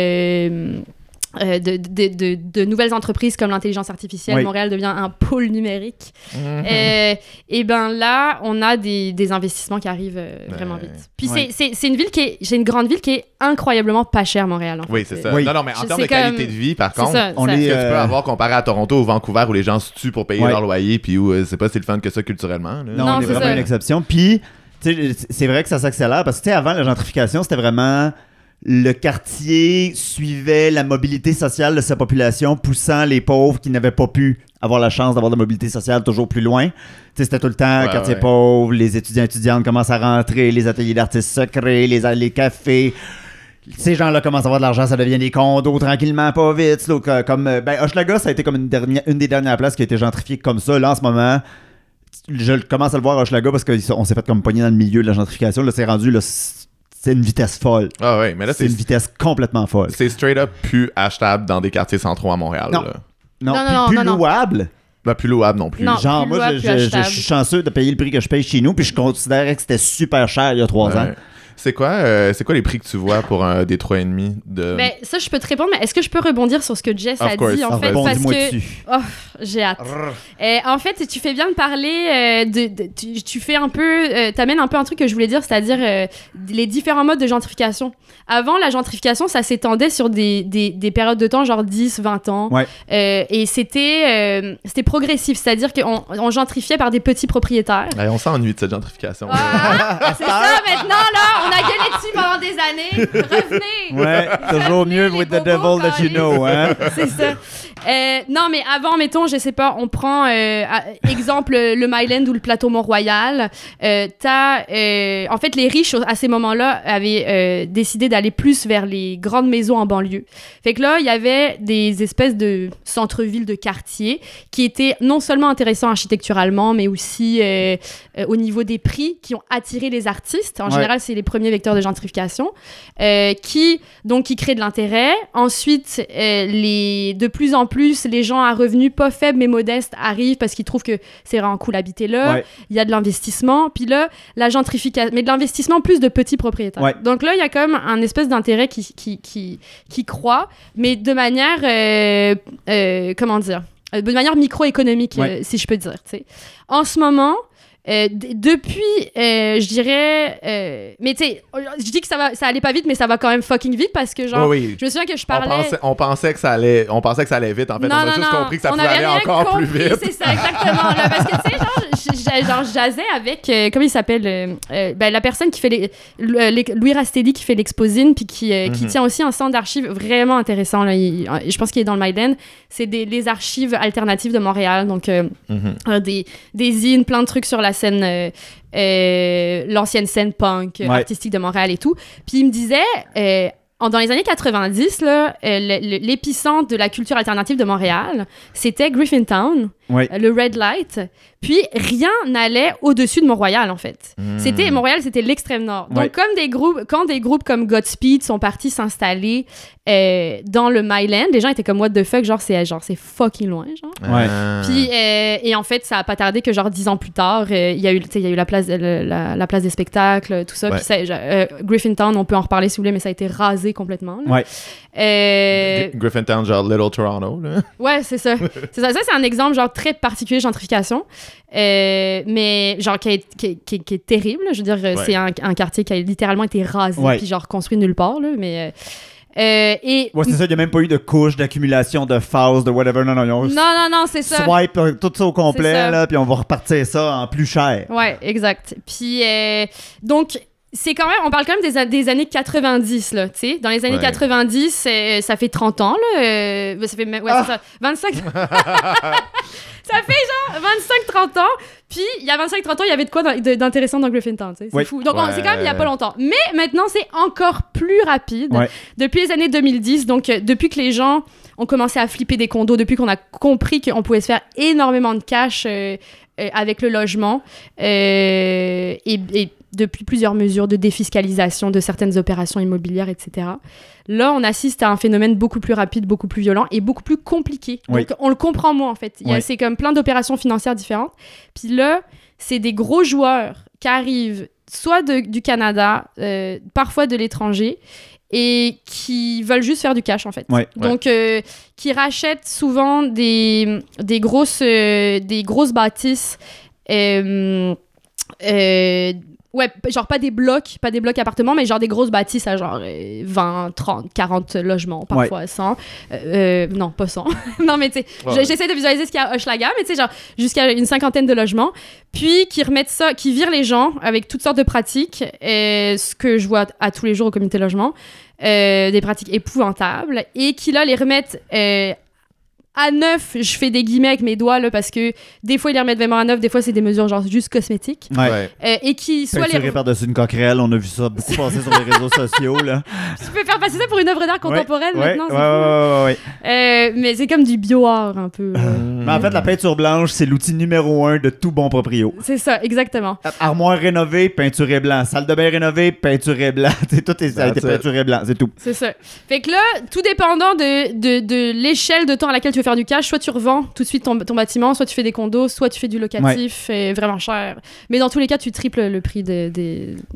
euh, euh, de, de, de, de nouvelles entreprises comme l'intelligence artificielle, Oui. Montréal devient un pôle numérique. Mhm. Euh, et ben là, on a des, des investissements qui arrivent euh, vraiment Ouais. vite. Puis Ouais. c'est, c'est, c'est une ville qui est, c'est une grande ville qui est incroyablement pas chère, Montréal. En fait. Oui, c'est ça. Oui. Non, non, mais en Je termes sais de qualité comme- de vie, par C'est contre, ça. on ça- est, ce que tu Euh, peux avoir comparé à Toronto ou Vancouver où les gens se tuent pour payer Ouais. leur loyer, puis où euh, c'est pas si le fun que ça culturellement. là. Non, Non, on est c'est vraiment ça. une exception. Puis, tu sais, c'est vrai que ça s'accélère parce que, tu sais, avant, la gentrification, c'était vraiment le quartier suivait la mobilité sociale de sa population, poussant les pauvres qui n'avaient pas pu avoir la chance d'avoir de la mobilité sociale toujours plus loin. Tu sais, c'était tout le temps Ouais, quartier ouais. pauvre, les étudiants étudiantes commencent à rentrer, les ateliers d'artistes secrets, les, les cafés. Ces gens-là commencent à avoir de l'argent, ça devient des condos tranquillement, pas vite. Là, que- comme, euh, ben, Hochelaga, ça a été comme une, dernière, une des dernières places qui a été gentrifiée comme ça. Là, en ce moment, je commence à le voir à Hochelaga parce qu'on s'est fait comme pogner dans le milieu de la gentrification. Là, c'est rendu, là, c'est une vitesse folle. Ah ouais, mais là, C'est c'est une vitesse complètement folle. c'est straight up plus achetable dans des quartiers centraux à Montréal. Non. là. Non, Non, puis non, plus non, non. louable. Ben, plus louable non plus. Non. Genre, plus moi, louable, je, plus je- je- achetable. je suis chanceux de payer le prix que je paye chez nous, puis je considérais que c'était super cher il y a trois Ouais. ans. C'est quoi, euh, c'est quoi les prix que tu vois pour un des trois virgule cinq de... Ben, ça, je peux te répondre, mais est-ce que je peux rebondir sur ce que Jess Of a course. dit, en Ah, fait, parce rebondis-moi que... dessus. Oh, j'ai hâte. Euh, en fait, tu fais bien de parler, euh, de, de- tu, tu fais un peu, euh, t'amènes un peu un truc que je voulais dire, c'est-à-dire euh, les différents modes de gentrification. Avant, la gentrification, ça s'étendait sur des, des, des périodes de temps, genre dix, vingt ans. Ouais. Euh, et c'était, euh, c'était progressif, c'est-à-dire qu'on on gentrifiait par des petits propriétaires. Hey, on s'ennuie de cette gentrification. Ah, c'est ça, maintenant, là, on a gueulé dessus pendant des années. Revenez! Ouais, toujours mieux les with the bobos, devil that you câlisse. know, hein? C'est ça. Euh, non, mais avant, mettons, je sais pas, on prend, euh, à- exemple, le Myland ou le plateau Mont-Royal. Euh, t'as, euh, en fait, les riches, à ces moments-là, avaient euh, décidé d'aller plus vers les grandes maisons en banlieue. Fait que là, il y avait des espèces de centre-ville, de quartiers, qui étaient non seulement intéressants architecturalement, mais aussi euh, euh, au niveau des prix, qui ont attiré les artistes. En Ouais. général, c'est les premiers vecteurs de gentrification, euh, qui, donc, qui créent de l'intérêt. Ensuite, euh, les, de plus en plus, les gens à revenus pas faibles, mais modestes, arrivent parce qu'ils trouvent que c'est vraiment cool d'habiter là. Ouais. Il y a de l'investissement. Puis là, la gentrification, mais de l'investissement plus de petits propriétaires. Ouais. Donc là, il y a comme un espèce d'intérêt qui, qui, qui, qui croît, mais de manière, euh, euh, comment dire, Euh, de manière microéconomique, Ouais. euh, si je peux dire. tu sais. En ce moment, euh, d- depuis, euh, je dirais, euh, mais tu sais, je dis que ça va, ça allait pas vite, mais ça va quand même fucking vite parce que genre, Oui, oui. je me souviens que je On parlais. pensait, on, pensait que ça allait, on pensait que ça allait vite. En fait, Non, on a non, juste non. compris que ça On pouvait avait aller rien encore compris, plus vite. C'est ça, exactement. là, parce que, tu sais, genre, je- je- genre, je jasais avec, euh, comment il s'appelle, euh, euh, ben, la personne qui fait, les, le- les- Louis Rastelli qui fait l'Exposine, puis qui, euh, qui Mhm. tient aussi un centre d'archives vraiment intéressant. Là. Il- il- je pense qu'il est dans le Myland. C'est des, les archives alternatives de Montréal. Donc, euh, Mhm. euh, des, des zines, plein de trucs sur la scène, euh, euh, l'ancienne scène punk, euh, Ouais. artistique de Montréal et tout. Puis il me disait, euh, en- dans les années quatre-vingt-dix, là, euh, le- le- l'épicentre de la culture alternative de Montréal, c'était Griffintown, Ouais. euh, le Red Light. Puis rien n'allait au-dessus de Mont-Royal, en fait. Mm. C'était Montréal, c'était l'extrême nord. Donc, Ouais. comme des groupes, quand des groupes comme Godspeed sont partis s'installer euh, dans le Myland, les gens étaient comme what the fuck, genre c'est genre c'est fucking loin, genre. Ouais. Ah. Puis, euh, et en fait, ça a pas tardé que genre dix ans plus tard, euh, il y a eu, tu sais, il y a eu la place, le- la, la place des spectacles, tout ça. Ouais. Puis ça, genre, euh, Griffintown, on peut en reparler si vous voulez, mais ça a été rasé complètement. là. Ouais. Euh, Gr- Griffintown, genre Little Toronto, là. ouais, c'est ça. c'est ça. Ça, c'est un exemple genre très particulier de gentrification, euh, mais genre qui est, qui, est- qui est- qui est terrible. Je veux dire, euh, Ouais. c'est un, un quartier qui a littéralement été rasé Ouais. puis genre construit nulle part, là, mais... euh, euh, et... Ouais, c'est ça, il n'y a même pas eu de couche d'accumulation de phases, de whatever. Non, non, ils ont Non, non, non, c'est ça. swipe euh, tout ça au C'est complet, ça. là, puis on va repartir ça en plus cher. Ouais, exact. Puis, euh, donc, c'est quand même, on parle quand même des, a- des années quatre-vingt-dix, là, tu sais. Dans les années Ouais. quatre-vingt-dix, euh, ça fait trente ans, là. euh, ça fait, même- ouais, Ah. c'est ça, vingt-cinq... ça fait genre vingt-cinq trente ans. Puis, il y a vingt-cinq trente ans, il y avait de quoi d'in- de- d'intéressant dans Griffintown, tu sais. C'est Oui. fou. Donc, on- Ouais. c'est quand même il y a pas longtemps. Mais maintenant, c'est encore plus rapide. Ouais. Depuis les années deux mille dix, donc euh, depuis que les gens ont commencé à flipper des condos, depuis qu'on a compris qu'on pouvait se faire énormément de cash euh, euh, avec le logement, euh, et, et depuis plusieurs mesures de défiscalisation de certaines opérations immobilières, et cetera. Là, on assiste à un phénomène beaucoup plus rapide, beaucoup plus violent et beaucoup plus compliqué. Oui. Donc, on le comprend moins, en fait. Il y a- Oui. C'est comme plein d'opérations financières différentes. Puis là, c'est des gros joueurs qui arrivent soit de- du Canada, euh, parfois de l'étranger, et qui veulent juste faire du cash, en fait. Ouais. Donc, euh, qui rachètent souvent des, des, grosses, euh, des grosses bâtisses. euh, euh, ouais, genre pas des blocs, pas des blocs appartements, mais genre des grosses bâtisses à genre euh, vingt, trente, quarante logements, parfois cent. Euh, euh, non, pas cent. non, mais tu sais, Ouais. j'ai- j'essaie de visualiser ce qu'il y a à Hochelaga, mais tu sais, genre jusqu'à une cinquantaine de logements. Puis qui remettent ça, qui virent les gens avec toutes sortes de pratiques, euh, ce que je vois à tous les jours au comité logement, euh, des pratiques épouvantables, et qui là les remettent euh, à neuf. Je fais des guillemets avec mes doigts là, parce que des fois ils les remettent vraiment à neuf, des fois c'est des mesures genre juste cosmétiques, Ouais. Ouais. euh, et qui soit les Peinturé par-dessus une coquerelle, on a vu ça beaucoup passer sur les réseaux sociaux, là. tu peux faire passer ça pour une œuvre d'art contemporaine Ouais, maintenant, ouais, c'est ouais, fou. ouais, ouais, ouais. Euh, mais c'est comme du bio-art un peu. euh. Mais en fait, la peinture blanche, c'est l'outil numéro un de tout bon proprio. C'est ça, exactement. Armoire rénovée, peinturé blanc. Salle de bain rénovée, peinturé blanc. C'est tout est, ça a été That's it. peinturé blanc, c'est tout. C'est ça. Fait que là, tout dépendant de, de, de l'échelle de temps à laquelle tu veux faire du cash, soit tu revends tout de suite ton, ton bâtiment, soit tu fais des condos, soit tu fais du locatif, et vraiment cher. Mais dans tous les cas, tu triples le prix de, de-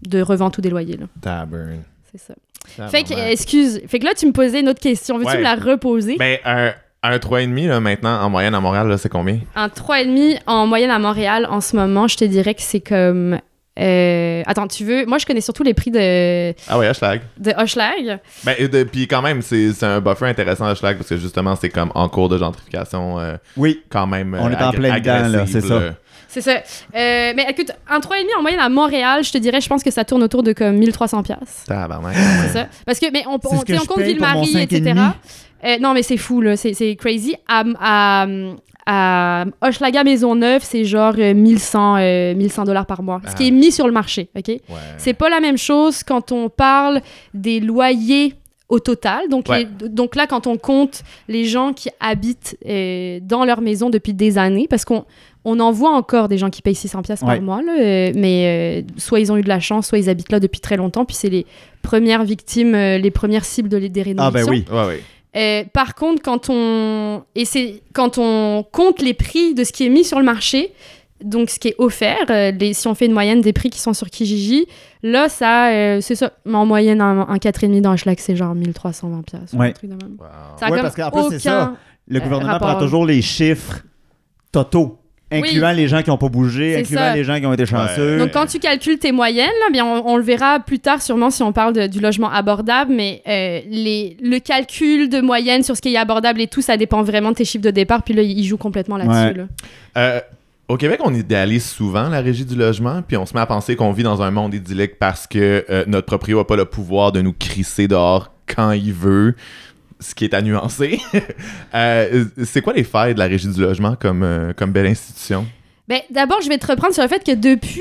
de revente ou des loyers. Là. Taburn. C'est ça. Ah, Fait que, bon, euh, excuse, fait que là, tu me posais une autre question. Veux-tu Ouais. me la reposer? Ben, un, un trois virgule cinq là, maintenant, en moyenne à Montréal, là, c'est combien? Un trois virgule cinq en moyenne à Montréal, en ce moment, je te dirais que c'est comme... Euh... Attends, tu veux... Moi, je connais surtout les prix de, Ah ouais, Hochelag. de Hochelag. Ben, et de- puis quand même, c'est c'est un buffer intéressant, Hochelag, parce que justement, c'est comme en cours de gentrification, euh, Oui. quand même. On euh, est en agr- plein dedans, là, agressive, c'est ça. là. C'est ça. Euh, mais écoute, un trois virgule cinq en moyenne à Montréal, je te dirais, je pense que ça tourne autour de comme mille trois cents piastres. Tabarnak. C'est ça. Parce que, mais on, C'est on, ce que tu sais, on je compte paye pour mon Ville-Marie, cinq et et cetera. demi. Euh, non, mais c'est fou, là. C'est, c'est crazy. À, à, à Hochelaga Maisonneuve, c'est genre euh, mille cent dollars par mois. Ce Ah. qui est mis sur le marché, OK? Ouais. C'est pas la même chose quand on parle des loyers au total. Donc, Ouais. les- donc là, quand on compte les gens qui habitent euh, dans leur maison depuis des années, parce qu'on on en voit encore des gens qui payent six cents piastres Ouais. par mois, là, euh, mais euh, soit ils ont eu de la chance, soit ils habitent là depuis très longtemps, puis c'est les premières victimes, euh, les premières cibles de, des Ah, rénovations. ben oui. Ouais, ouais. Euh, par contre, quand on... Et c'est quand on compte les prix de ce qui est mis sur le marché, donc ce qui est offert, euh, les, si on fait une moyenne des prix qui sont sur Kijiji, là, ça, euh, c'est ça. Mais en moyenne, un, un quatre virgule cinq dans Hochelag, c'est genre mille trois cent vingt piastres. Ouais. Un truc de même. Wow. Ça a Ouais, comme parce qu'en plus, c'est aucun, ça. Le euh, gouvernement rapport. prend toujours les chiffres totaux, incluant les gens qui n'ont pas bougé, C'est incluant ça. les gens qui ont été chanceux. Donc, quand tu calcules tes moyennes, là, bien, on, on le verra plus tard sûrement si on parle de- du logement abordable, mais euh, les, le calcul de moyenne sur ce qui est abordable et tout, ça dépend vraiment de tes chiffres de départ, puis là, ils jouent complètement là-dessus. Ouais. Là. Euh, au Québec, on idéalise souvent la régie du logement, puis on se met à penser qu'on vit dans un monde idyllique parce que euh, notre proprio n'a pas le pouvoir de nous crisser dehors quand il veut, ce qui est à nuancer. Euh, c'est quoi les failles de la régie du logement comme, euh, comme belle institution? Ben, d'abord, je vais te reprendre sur le fait que depuis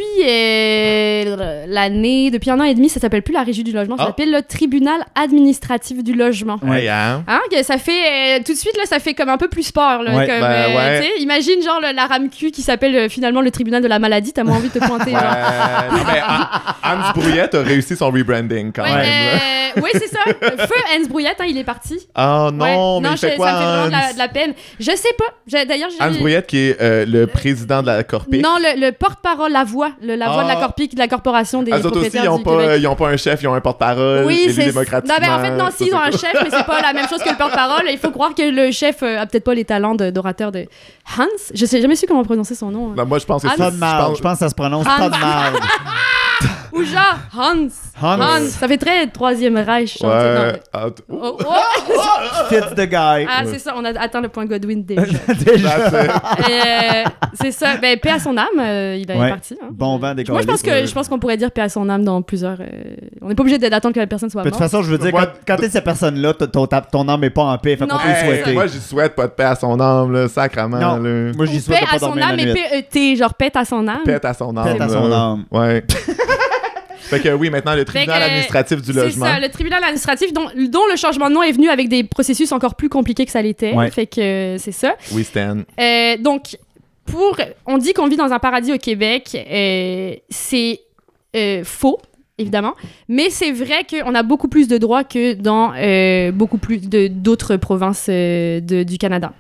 euh, l'année, depuis un an et demi, ça s'appelle plus la Régie du logement, ça Ah. s'appelle le Tribunal administratif du logement. Ouais. Hey, hein? Hein, que ça fait, euh, tout de suite, là, ça fait comme un peu plus sport. Là, Ouais. comme, Ben, euh, ouais. tu sais, imagine, genre, le- la RAMQ qui s'appelle euh, finalement le Tribunal de la maladie, t'as moins envie de te pointer. Ouais, genre. non, mais An- Hans Brouillette a réussi son rebranding quand Ouais, même. là. euh, oui, c'est ça. Feu Hans Brouillette, hein, il est parti. Oh non, Ouais. mais non, il fait je- quoi, ça me fait vraiment de la, Hans? de la peine. Je sais pas. J'ai- D'ailleurs, j'ai... Hans Brouillette qui est euh, le président de la Corpic. Non, le, le porte-parole, la voix, le- la voix de la Ah. Corpic, de la corporation des Eux autres aussi, propriétaires ils ont, du pas, Québec. euh, ils ont pas un chef, ils ont un porte-parole Oui, élu c'est... démocratiquement. Non, mais en fait, non, Ça, si, ils ont un c'est chef, mais c'est pas la même chose que le porte-parole. Il faut croire que le chef euh, a peut-être pas les talents de- d'orateur de Hans. Je sais jamais su comment prononcer son nom. hein. Non, moi, je pense que Hans. c'est... Pas de je marde. pense- Je pense que ça se prononce Hans. pas de marde. Ou genre Hans. Hans. Hans. Ça fait très Troisième Reich. genre, tu sais, non, Ouais. mais- Ah, t- Oh, oh. Fits the guy. Ah, c'est ça, on a atteint le point Godwin déjà. Déjà. That's it. Euh, c'est ça. Ben, paix à son âme, euh, il est Ouais. parti. hein. Bon vent des Moi, je pense que je pense qu'on pourrait dire paix à son âme dans plusieurs. euh, On n'est pas obligé d'attendre que la personne soit De toute morte. façon, je veux dire, Moi, quand, quand t'es cette personne-là, t- ton, ta- ton âme est pas en paix. Fait qu'on Non, peut le c'est souhaiter. ça. Moi, j'y souhaite pas de paix à son âme, là, sacrement. Non. Là. Moi, j'y Ou souhaite paix de pas à son dormir la âme et nuit. P E T, genre pète à son âme. Pète à son âme. Pète à son là. âme. Ouais. Fait que oui, maintenant, le tribunal que, administratif du C'est logement. ça, le tribunal administratif dont, dont le changement de nom est venu avec des processus encore plus compliqués que ça l'était. Ouais. Fait que euh, c'est ça. Oui, Stan. Euh, donc, pour, on dit qu'on vit dans un paradis au Québec. euh, c'est euh, faux, évidemment. Mais c'est vrai qu'on a beaucoup plus de droits que dans euh, beaucoup plus de, d'autres provinces euh, de- du Canada.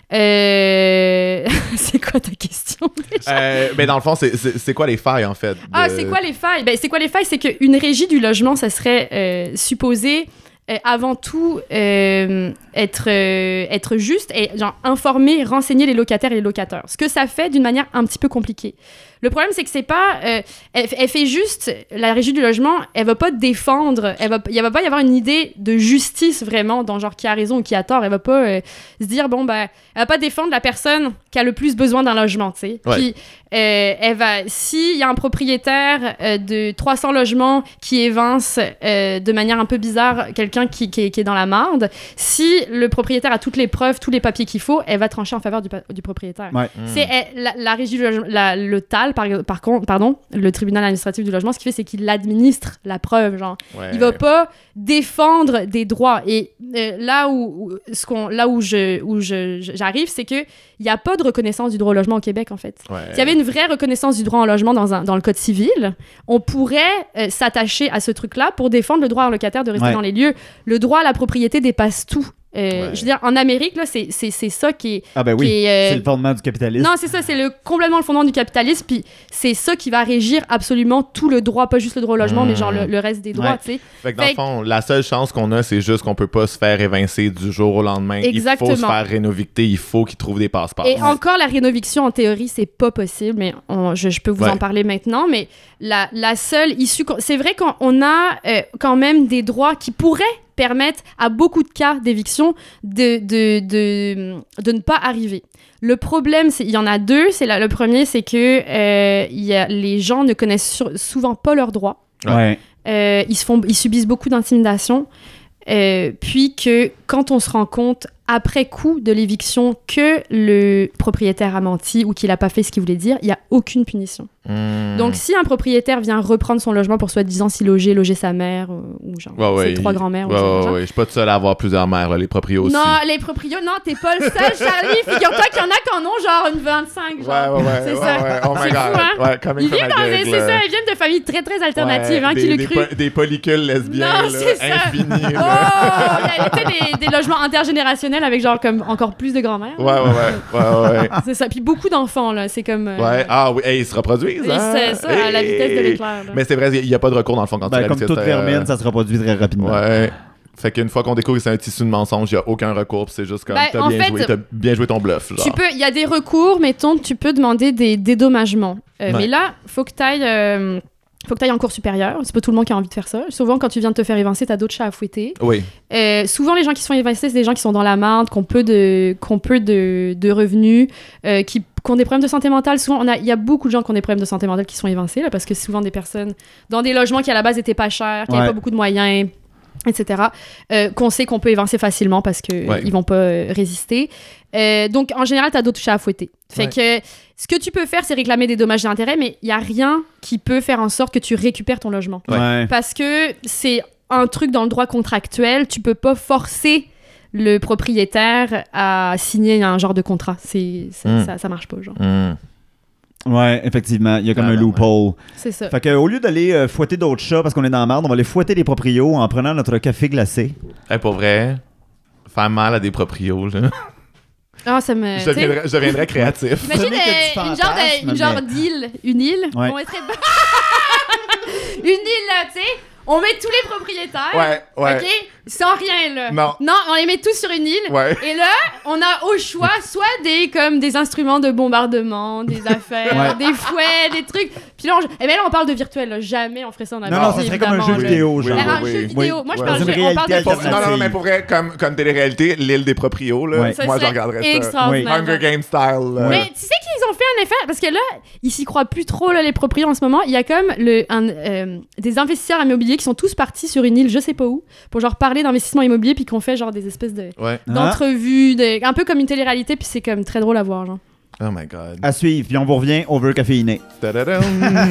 Euh... c'est quoi ta question déjà? Euh, ben, dans le fond, c'est- c'est c'est quoi les failles, en fait? de- Ah, c'est quoi les failles? Ben, c'est quoi les failles? C'est qu'une régie du logement, ça serait euh, supposé euh, avant tout euh, être, euh, être juste et genre informer, renseigner les locataires et les locataires. Ce que ça fait d'une manière un petit peu compliquée. Le problème, c'est que c'est pas... euh, elle, elle fait juste... La régie du logement, elle va pas défendre... Elle va, il va pas y avoir une idée de justice, vraiment, dans genre qui a raison ou qui a tort. Elle va pas euh, se dire, bon, ben... Elle va pas défendre la personne qui a le plus besoin d'un logement, tu sais. Ouais. Puis, euh, elle va... S'il y a un propriétaire euh, de trois cents logements qui évance euh, de manière un peu bizarre quelqu'un qui, qui, est, qui est dans la marde, si le propriétaire a toutes les preuves, tous les papiers qu'il faut, elle va trancher en faveur du, pa- du propriétaire. Ouais. Hmm. C'est elle- la, la régie du logement, la- le T A L, par, par contre, pardon, le tribunal administratif du logement, ce qu'il fait, c'est qu'il administre la preuve, genre. Ouais. Il va pas défendre des droits. Et euh, là où, où- ce qu'on, là où je, où je, je- j'arrive, c'est que il y a pas de reconnaissance du droit au logement au Québec, en fait. Ouais. S'il y avait une vraie reconnaissance du droit au logement dans, un, dans le code civil, on pourrait euh, s'attacher à ce truc-là pour défendre le droit au locataire de rester Ouais. dans les lieux. Le droit à la propriété dépasse tout. Euh, Ouais. Je veux dire, en Amérique, là, c'est, c'est, c'est ça qui est... Ah ben oui, qui est, euh, c'est le fondement du capitalisme. Non, c'est ça, c'est le, complètement le fondement du capitalisme, puis c'est ça qui va régir absolument tout le droit, pas juste le droit au logement, Mmh. mais genre le, le reste des droits, Ouais. tu sais. Fait que dans Fait le fond, la seule chance qu'on a, c'est juste qu'on peut pas se faire évincer du jour au lendemain. Exactement. Il faut se faire rénovicter, il faut qu'ils trouvent des passeports. Et encore, la rénoviction, en théorie, c'est pas possible, mais on- je, je peux vous Ouais. en parler maintenant. Mais la, la seule issue... qu'on- C'est vrai qu'on a euh, quand même des droits qui pourraient permettre à beaucoup de cas d'éviction de, de, de, de ne pas arriver. Le problème, c'est il y en a deux. C'est la- le premier, c'est que euh, il y a, les gens ne connaissent sur- souvent pas leurs droits. Ouais. Euh, ils, se font, ils subissent beaucoup d'intimidation. Euh, puis que quand on se rend compte après coup de l'éviction que le propriétaire a menti ou qu'il n'a pas fait ce qu'il voulait dire, il n'y a aucune punition. Mmh. Donc si un propriétaire vient reprendre son logement pour soi-disant s'y loger, loger sa mère euh, ou genre Ouais, ouais, ses trois il- grands-mères ou Ouais, genre, ouais, genre. ouais. Je suis pas tout seul à avoir plusieurs mères, là, les proprios aussi. Non, les proprios, non, t'es pas le seul, Charlie. Figure-toi qu'il y en a qui en ont genre une vingt-cinq. Ouais, Genre. ouais, ouais. C'est ouais, ça. ouais. Oh my C'est god. fou, hein? Ouais, coming Ils from viennent a dans gig, c'est là. ça, ils viennent de familles très très alternatives, Ouais, hein, des, qui le des, cru. po- des polycules lesbiennes, Non, là, c'est ça. infinies. Oh, là. il y a tu sais, des, des logements intergénérationnels avec genre comme encore plus de grand-mères. Ouais, ouais, ouais. ouais, ouais. C'est ça. Puis beaucoup d'enfants, là. C'est comme. euh, Ouais, ah oui, hey, ils se reproduisent. et Hein? c'est ça, à la Hey. vitesse de l'éclair. là. Mais c'est vrai, il n'y a pas de recours dans le fond quand Ben, tu comme toute vermine, ça se reproduit très rapidement. Ouais. Fait qu'une fois qu'on découvre que c'est un tissu de mensonge, il n'y a aucun recours, puis c'est juste comme Ben, t'as en bien fait, joué, t'as bien joué ton bluff. Genre. Tu peux, il y a des recours, mettons, tu peux demander des dédommagements. Euh, Ouais. Mais là, faut que tu ailles. Faut que tu ailles en cours supérieur. C'est pas tout le monde qui a envie de faire ça. Souvent, quand tu viens de te faire évincer, t'as d'autres chats à fouetter. Oui. Euh, souvent, les gens qui se font évincer, c'est des gens qui sont dans la merde, qui ont peu de, qui ont peu de, de revenus, euh, qui, qui ont des problèmes de santé mentale. Souvent, on a- il y a beaucoup de gens qui ont des problèmes de santé mentale qui se font évincer, là, parce que c'est souvent des personnes dans des logements qui, à la base, étaient pas chers, qui n'avaient Ouais. pas beaucoup de moyens, et cetera, euh, qu'on sait qu'on peut évincer facilement parce qu'ils Ouais. ils vont pas euh, résister. Euh, donc, en général, tu as d'autres chats à fouetter. Fait que ce que tu peux faire, c'est réclamer des dommages et intérêts, mais il n'y a rien qui peut faire en sorte que tu récupères ton logement. Ouais. Parce que c'est un truc dans le droit contractuel, tu peux pas forcer le propriétaire à signer un genre de contrat. C'est, c'est- Mm. ça, ça marche pas, genre. Mm. Ouais, effectivement, il y a comme Ah, un ben, loophole. C'est ça. Fait que, au lieu d'aller euh, fouetter d'autres chats parce qu'on est dans la merde, on va aller fouetter les proprios en prenant notre café glacé. Hey, pour vrai, faire mal à des proprios, là. Ah, ça me... je, tu sais, deviendrais, je deviendrais créatif. imagine Ce n'est que du euh, une genre, de, fantasme, une genre mais- d'île. Une île. Ouais. On mettrait... une île, là, tu sais. On met tous les propriétaires. Ouais, ouais. OK? Sans rien, là. Non. Non, on les met tous sur une île. Ouais. Et là, on a au choix soit des comme des instruments de bombardement, des affaires, Ouais. des fouets, des trucs. Puis là, on, eh ben là, on parle de virtuel. Là. Jamais on ferait ça en Non, Amérique. non, ça serait comme un évidemment, jeu là. vidéo, Oui, genre. Ben, un oui, jeu oui. vidéo. Oui. Moi, je Ouais. parle, Dans une jeu- on parle de réalité Pour- virtuel. non, non, mais pour vrai, comme, comme télé-réalité, l'île des proprios, là, Ouais. Ça moi, je serait regarderais ça. extraordinaire. Hunger Game style. là. Mais tu sais qu'ils ont fait un effet parce que là, ils s'y croient plus trop là, les proprios en ce moment. Il y a comme le, un, euh, des investisseurs immobiliers qui sont tous partis sur une île, je sais pas où, pour genre parler d'investissement immobilier puis qu'on fait genre des espèces de Ouais. Ah. d'entrevues, de, un peu comme une télé-réalité puis c'est comme très drôle à voir genre. Oh my god. À suivre, puis on vous revient over caféiné. Tadadam.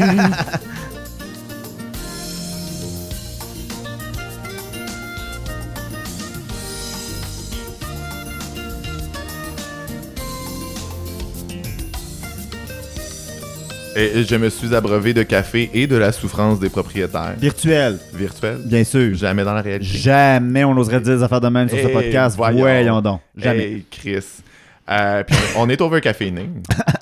Et je me suis abreuvé de café et de la souffrance des propriétaires Virtuel, virtuels. bien sûr. Jamais dans la réalité. Jamais on oserait dire des affaires de même sur ce Hey, podcast. voyons. Voyons donc. Jamais. Hey, Chris. Euh, puis on est over caféiné.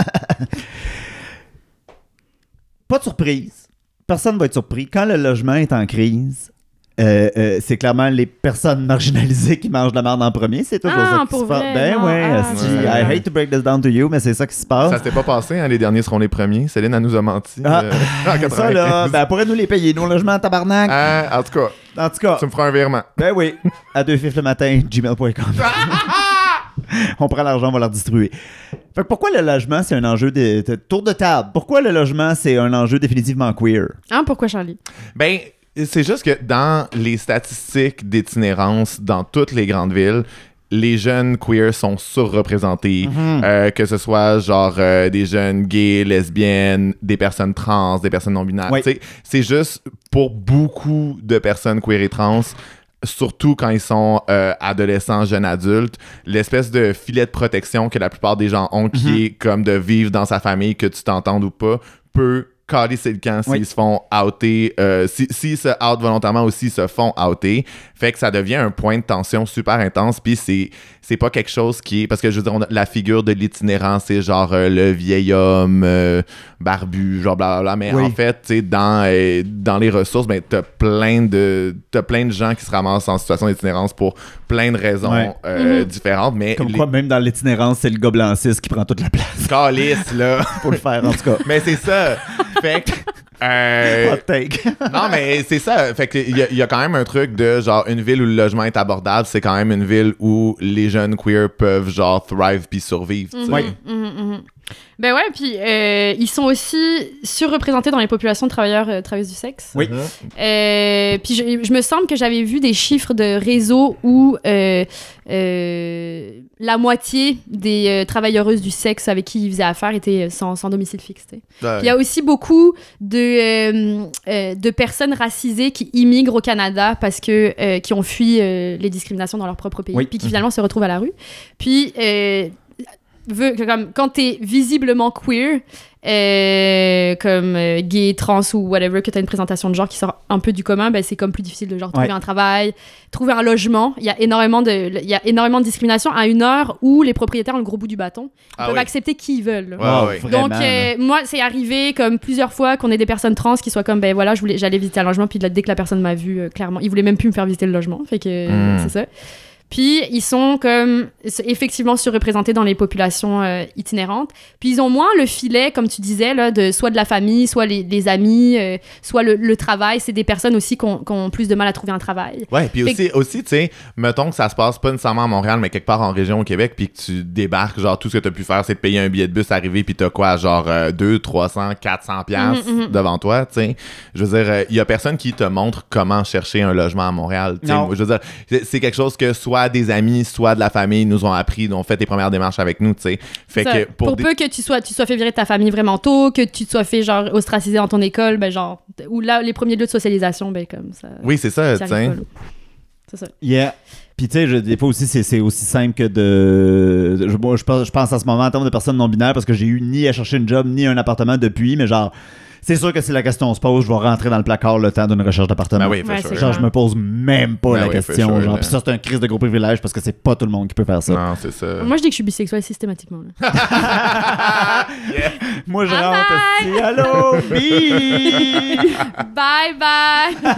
Pas de surprise. Personne va être surpris. Quand le logement est en crise, euh, euh, c'est clairement les personnes marginalisées qui mangent de la merde en premier. C'est toujours Ah, ça qui pour se passe. vrai? Ben Non, ouais, ah, asti, ouais. I hate to break this down to you, mais c'est ça qui se passe. Ça s'est pas passé, hein, les derniers seront les premiers. Céline, elle nous a menti. Ah. euh, en ça, là, quatre-vingt-quinze. ben, elle pourrait nous les payer, nos logements en tabarnak. Ah, en tout cas, En tout cas, tu me feras un virement. ben oui, à deux fifs le matin, gmail point com. On prend l'argent, on va leur distribuer. Fait que pourquoi le logement, c'est un enjeu de, de- tour de table? Pourquoi le logement, c'est un enjeu définitivement queer? Hein, pourquoi Charlie? Ben, c'est juste que dans les statistiques d'itinérance dans toutes les grandes villes, les jeunes queer sont surreprésentés, euh, que ce soit genre euh, des jeunes gays, lesbiennes, des personnes trans, des personnes non-binaires. Oui. Tu sais, c'est juste pour beaucoup de personnes queer et trans, surtout quand ils sont euh, adolescents, jeunes adultes, l'espèce de filet de protection que la plupart des gens ont, qui est comme de vivre dans sa famille, que tu t'entendes ou pas, peut caler c'est le camp s'ils Oui. se font outer, euh, si, s'ils se out volontairement aussi, ils se font outer. Fait que ça devient un point de tension super intense, puis c'est, c'est pas quelque chose qui est... Parce que je veux dire, on a, la figure de l'itinérant, c'est genre euh, le vieil homme euh, barbu, genre blablabla, mais Oui. en fait, tu sais, dans, euh, dans les ressources, ben, t'as plein de t'as plein de gens qui se ramassent en situation d'itinérance pour plein de raisons Ouais. euh, Mhm. différentes, mais Comme les quoi, même dans l'itinérance, c'est le gars blanc cis qui prend toute la place calices, là... pour le faire, en tout cas. Mais c'est ça. Fait que... euh, Hot take. non, mais c'est ça. Fait que il y, a- il y a quand même un truc de genre une ville où le logement est abordable, c'est quand même une ville où les jeunes queer peuvent genre thrive puis survivre. tu sais. Oui. Mhm, mhm. Ben ouais, puis euh, ils sont aussi surreprésentés dans les populations de travailleurs euh, travailleuses du sexe. Oui. Mhm. Euh, puis je, je me semble que j'avais vu des chiffres de réseau où euh, euh, la moitié des euh, travailleuses du sexe avec qui ils faisaient affaire étaient sans, sans domicile fixe. tu sais. Ouais. Puis il y a aussi beaucoup de, euh, euh, de personnes racisées qui immigrent au Canada parce que euh, qui ont fui euh, les discriminations dans leur propre pays, Oui. puis qui finalement se retrouvent à la rue. Puis euh, veut que comme quand t'es visiblement queer, euh, comme euh, gay, trans ou whatever, que t'as une présentation de genre qui sort un peu du commun, ben c'est comme plus difficile de genre trouver Ouais. un travail, trouver un logement. Il y a énormément de, il y a énormément de discrimination à une heure où les propriétaires ont le gros bout du bâton. Ils Ah peuvent oui. accepter qui ils veulent. là. Ouais, Wow, ouais. vraiment, Donc, là. euh, moi, c'est arrivé comme plusieurs fois qu'on ait des personnes trans qui soient comme, ben voilà, je voulais, j'allais visiter un logement, puis là, dès que la personne m'a vu, euh, clairement, ils voulaient même plus me faire visiter le logement. Fait que euh, Mm. c'est ça. Puis, ils sont comme c'est effectivement surreprésentés dans les populations euh, itinérantes. Puis, ils ont moins le filet, comme tu disais, là, de soit de la famille, soit les, les amis, euh, soit le, le travail. C'est des personnes aussi qui ont, qui ont plus de mal à trouver un travail. Ouais, puis Fait aussi, aussi tu sais, mettons que ça se passe pas nécessairement à Montréal, mais quelque part en région au Québec, puis que tu débarques, genre, tout ce que t'as pu faire, c'est de payer un billet de bus, arriver, puis t'as quoi, genre, euh, deux, trois cents, quatre cents piastres Mhm, mhm. devant toi, tu sais. Je veux dire, il y a personne qui te montre comment chercher un logement à Montréal, tu sais. Non. Je veux dire, c'est- c'est quelque chose que soit des amis, soit de la famille nous ont appris, ont fait les premières démarches avec nous, tu sais. Fait Ça, que pour pour, des- peu que tu sois, tu sois fait virer de ta famille vraiment tôt, que tu te sois fait genre ostracisé dans ton école, ben genre, ou là, les premiers lieux de socialisation, ben comme ça. Oui, c'est ça, ça tu arrive sais. pas, là. C'est ça. Yeah. Puis tu sais, je- des fois aussi, c'est, c'est aussi simple que de... Je, moi, je, pense, je pense en ce moment en termes de personnes non-binaires parce que j'ai eu ni à chercher une job, ni un appartement depuis, mais genre, c'est sûr que si la question se pose, je vais rentrer dans le placard le temps d'une recherche d'appartement. Ben oui, for Ouais, sure. c'est Genre, je me pose même pas Ben la oui, question. for sure, genre. là. Puis ça, c'est un crise de gros privilège parce que c'est pas tout le monde qui peut faire ça. Non, c'est ça. Moi, je dis que je suis bisexuelle systématiquement. Là. Yeah. Moi, je Bye rentre aussi. Allô, bi! Bye bye!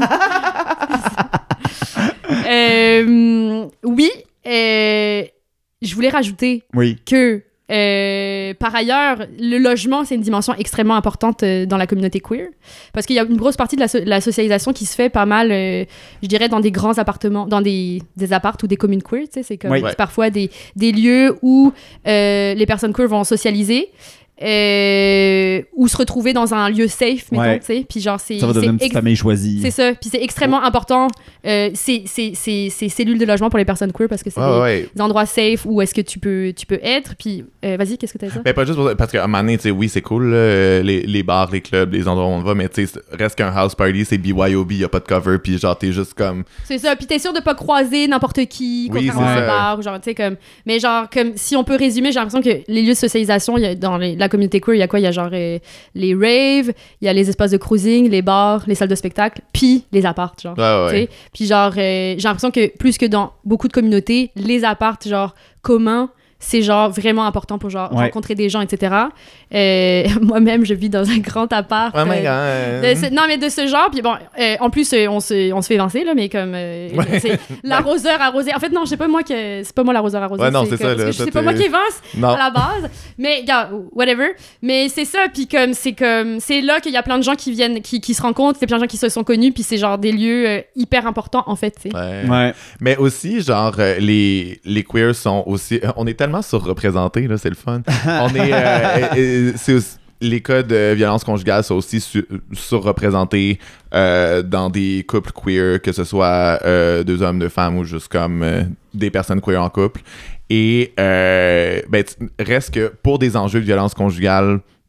Euh, oui, euh, je voulais rajouter Oui. que, euh, par ailleurs, le logement, c'est une dimension extrêmement importante euh, dans la communauté queer. Parce qu'il y a une grosse partie de la, so- la socialisation qui se fait pas mal, euh, je dirais, dans des grands appartements, dans des, des appartes ou des communes queer. Tu sais, c'est comme Oui. c'est parfois des, des lieux où euh, les personnes queer vont socialiser. Euh, ou se retrouver dans un lieu safe, mettons, Ouais. tu sais. Puis genre, c'est... Ça va c'est devenir une petite ex- famille choisie. c'est ça. Puis c'est extrêmement important, euh, ces, ces, ces, ces cellules de logement pour les personnes queer, parce que c'est Ouais, des, ouais. des endroits safe où est-ce que tu peux, tu peux être. Puis, euh, vas-y, qu'est-ce que t'as dit? Mais pas juste pour ça, parce qu'à un moment donné, tu sais, oui, c'est cool, là, les, les bars, les clubs, les endroits où on va, mais tu sais, reste qu'un house party, c'est B Y O B, y a pas de cover, puis genre, t'es juste comme. C'est ça. Puis t'es sûr de pas croiser n'importe qui, Oui, contrairement c'est à un ça. bar, ou genre, tu sais, comme... Mais genre, comme, si on peut résumer, j'ai l'impression que les lieux de socialisation, il y a, dans les- la communauté queer, il y a quoi? Il y a genre euh, les raves, il y a les espaces de cruising, les bars, les salles de spectacle, puis les appartes, genre. Ouais, ouais. Tu sais. Puis genre, euh, j'ai l'impression que plus que dans beaucoup de communautés, les appartes, genre, communs, c'est genre vraiment important pour genre Ouais. rencontrer des gens, et cetera. Euh, moi-même, je vis dans un grand appart. Oh my euh, god. de ce- non, mais de ce genre. Puis bon, euh, en plus, euh, on, se, on se fait évincer, là, mais comme. euh, Ouais. c'est l'arroseur arrosé. En fait, non, je sais pas moi que. C'est pas moi l'arroseur arrosé. Ouais, non, c'est comme- ça, parce là, que ça, C'est pas t'es- moi qui évince Non. à la base. Mais, regarde, whatever. Mais c'est ça. Puis comme. C'est comme. C'est là qu'il y a plein de gens qui viennent, qui, qui se rencontrent, il y a plein de gens qui se sont connus. Puis c'est genre des lieux euh, hyper importants, en fait, tu sais. Ouais. Ouais. Mais aussi, genre, euh, les, les queers sont aussi. On est tellement surreprésentés, là, c'est le fun. On est. euh, et- et c'est aussi- les cas de violence conjugale sont aussi su- surreprésentés euh, dans des couples queer, que ce soit euh, deux hommes, deux femmes ou juste comme euh, des personnes queer en couple. Et euh, ben, t- reste que pour des enjeux de violence conjugale,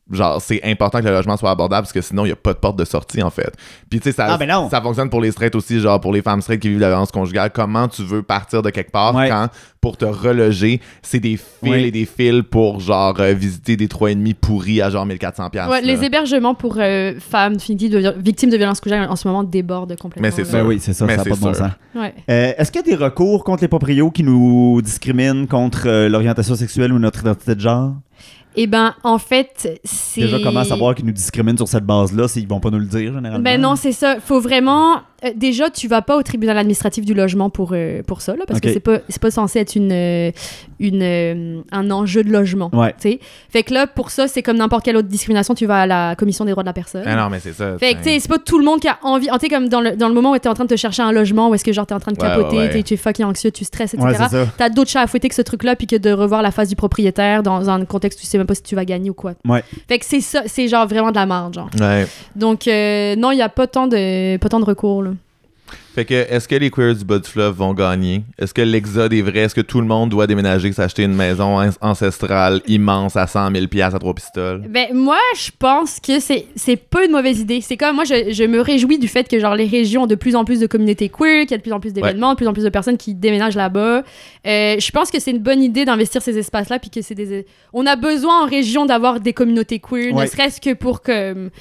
genre, c'est important que le logement soit abordable parce que sinon, il n'y a pas de porte de sortie, en fait. Puis, tu sais, ça, Ah, ben non. ça fonctionne pour les straights aussi, genre, pour les femmes straight qui vivent la violence conjugale. Comment tu veux partir de quelque part Ouais. quand, pour te reloger, c'est des fils Ouais. et des fils pour, genre, euh, visiter des trois virgule cinq pourris à genre mille quatre cents piastres. Ouais, là. les hébergements pour euh, femmes victimes de, victimes de violences conjugales en ce moment débordent complètement. Mais c'est là. Ben oui, c'est ça, Mais ça n'a c'est pas de bon sûr. sens. Ouais. Euh, Est-ce qu'il y a des recours contre les proprios qui nous discriminent contre euh, l'orientation sexuelle ou notre identité de genre? Eh ben, en fait, c'est... Déjà, comment savoir qu'ils nous discriminent sur cette base-là s'ils vont pas nous le dire, généralement? Ben non, c'est ça. Faut vraiment... euh, déjà, tu vas pas au tribunal administratif du logement pour, euh, pour ça, là, parce Ok. que c'est pas, c'est pas censé être une, euh, une, euh, un enjeu de logement. Ouais. Tu sais. Fait que là, pour ça, c'est comme n'importe quelle autre discrimination, tu vas à la commission des droits de la personne. Ah non, mais c'est ça. Fait que, tu sais, c'est pas tout le monde qui a envie. Tu sais, comme dans le, dans le moment où t'es en train de te chercher un logement, où est-ce que genre t'es en train de Ouais, capoter, ouais, ouais. t'es- tu es fucking anxieux, tu stresses, et Ouais, cetera. c'est ça. T'as d'autres chats à fouetter que ce truc-là, puis que de revoir la face du propriétaire dans un contexte où tu sais même pas si tu vas gagner ou quoi. Ouais. Fait que c'est ça, c'est genre vraiment de la merde, genre. Ouais. Donc, euh, non, il y a pas tant de, pas tant de recours, là. Fait que, est-ce que les queers du bas du fleuve vont gagner? Est-ce que l'exode est vrai? Est-ce que tout le monde doit déménager, s'acheter une maison an- ancestrale immense à cent mille piastres à trois pistoles? Ben, moi, je pense que c'est, c'est pas une mauvaise idée. C'est comme, moi, je, je me réjouis du fait que, genre, les régions ont de plus en plus de communautés queer, qu'il y a de plus en plus d'événements, de plus en plus de personnes qui déménagent là-bas. Euh, je pense que c'est une bonne idée d'investir ces espaces-là, puis que c'est des... On a besoin en région d'avoir des communautés queer, Ouais. ne serait-ce que pour, comme...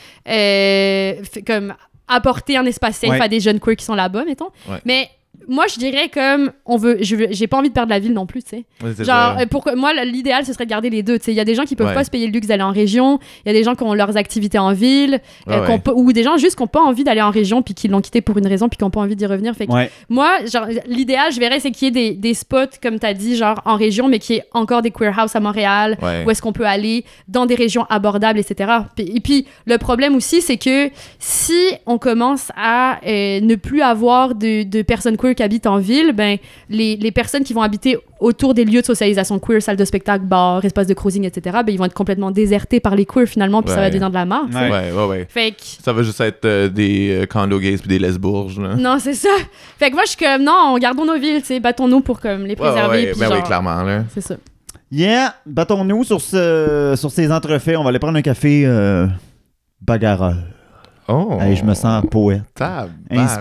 Euh, f- comme apporter un espace safe Ouais. à des jeunes queer qui sont là-bas, mettons. Ouais. Mais... Moi, je dirais comme on veut, je veux, j'ai pas envie de perdre la ville non plus, tu sais. Ouais, c'est Genre, ça. euh, pour que- moi, l'idéal, ce serait de garder les deux. Tu sais, il y a des gens qui peuvent Ouais. pas se payer le luxe d'aller en région. Il y a des gens qui ont leurs activités en ville, Ouais, euh, qu'on ouais. peut- ou des gens juste qui ont pas envie d'aller en région puis qui l'ont quitté pour une raison puis qui ont pas envie d'y revenir. Fait que Ouais. moi, genre, l'idéal, je verrais, c'est qu'il y ait des, des spots, comme t'as dit, genre en région, mais qu'il y ait encore des queer house à Montréal, Ouais. où est-ce qu'on peut aller dans des régions abordables, et cetera. Puis- et puis, le problème aussi, c'est que si on commence à euh, ne plus avoir de, de personnes queer qui habitent en ville, ben, les, les personnes qui vont habiter autour des lieux de socialisation queer, salles de spectacle, bars, espaces de cruising, et cetera, ben, ils vont être complètement désertés par les queer finalement, puis ça va Ouais. devenir de la marde. tu sais. Ouais. Ouais, ouais, ouais. Fait que, Ça va juste être euh, des euh, condo gays puis des lesbourges, là. non, c'est ça. Fait que moi, je suis comme, non, gardons nos villes, tu sais, battons-nous pour comme, les Ouais, préserver. ouais, puis ben oui, genre, clairement, là. c'est ça. Yeah, battons-nous sur, ce, sur ces entrefaits. On va aller prendre un café euh, bagarreur. Oh! Hey, je me sens poète. Tabarnak.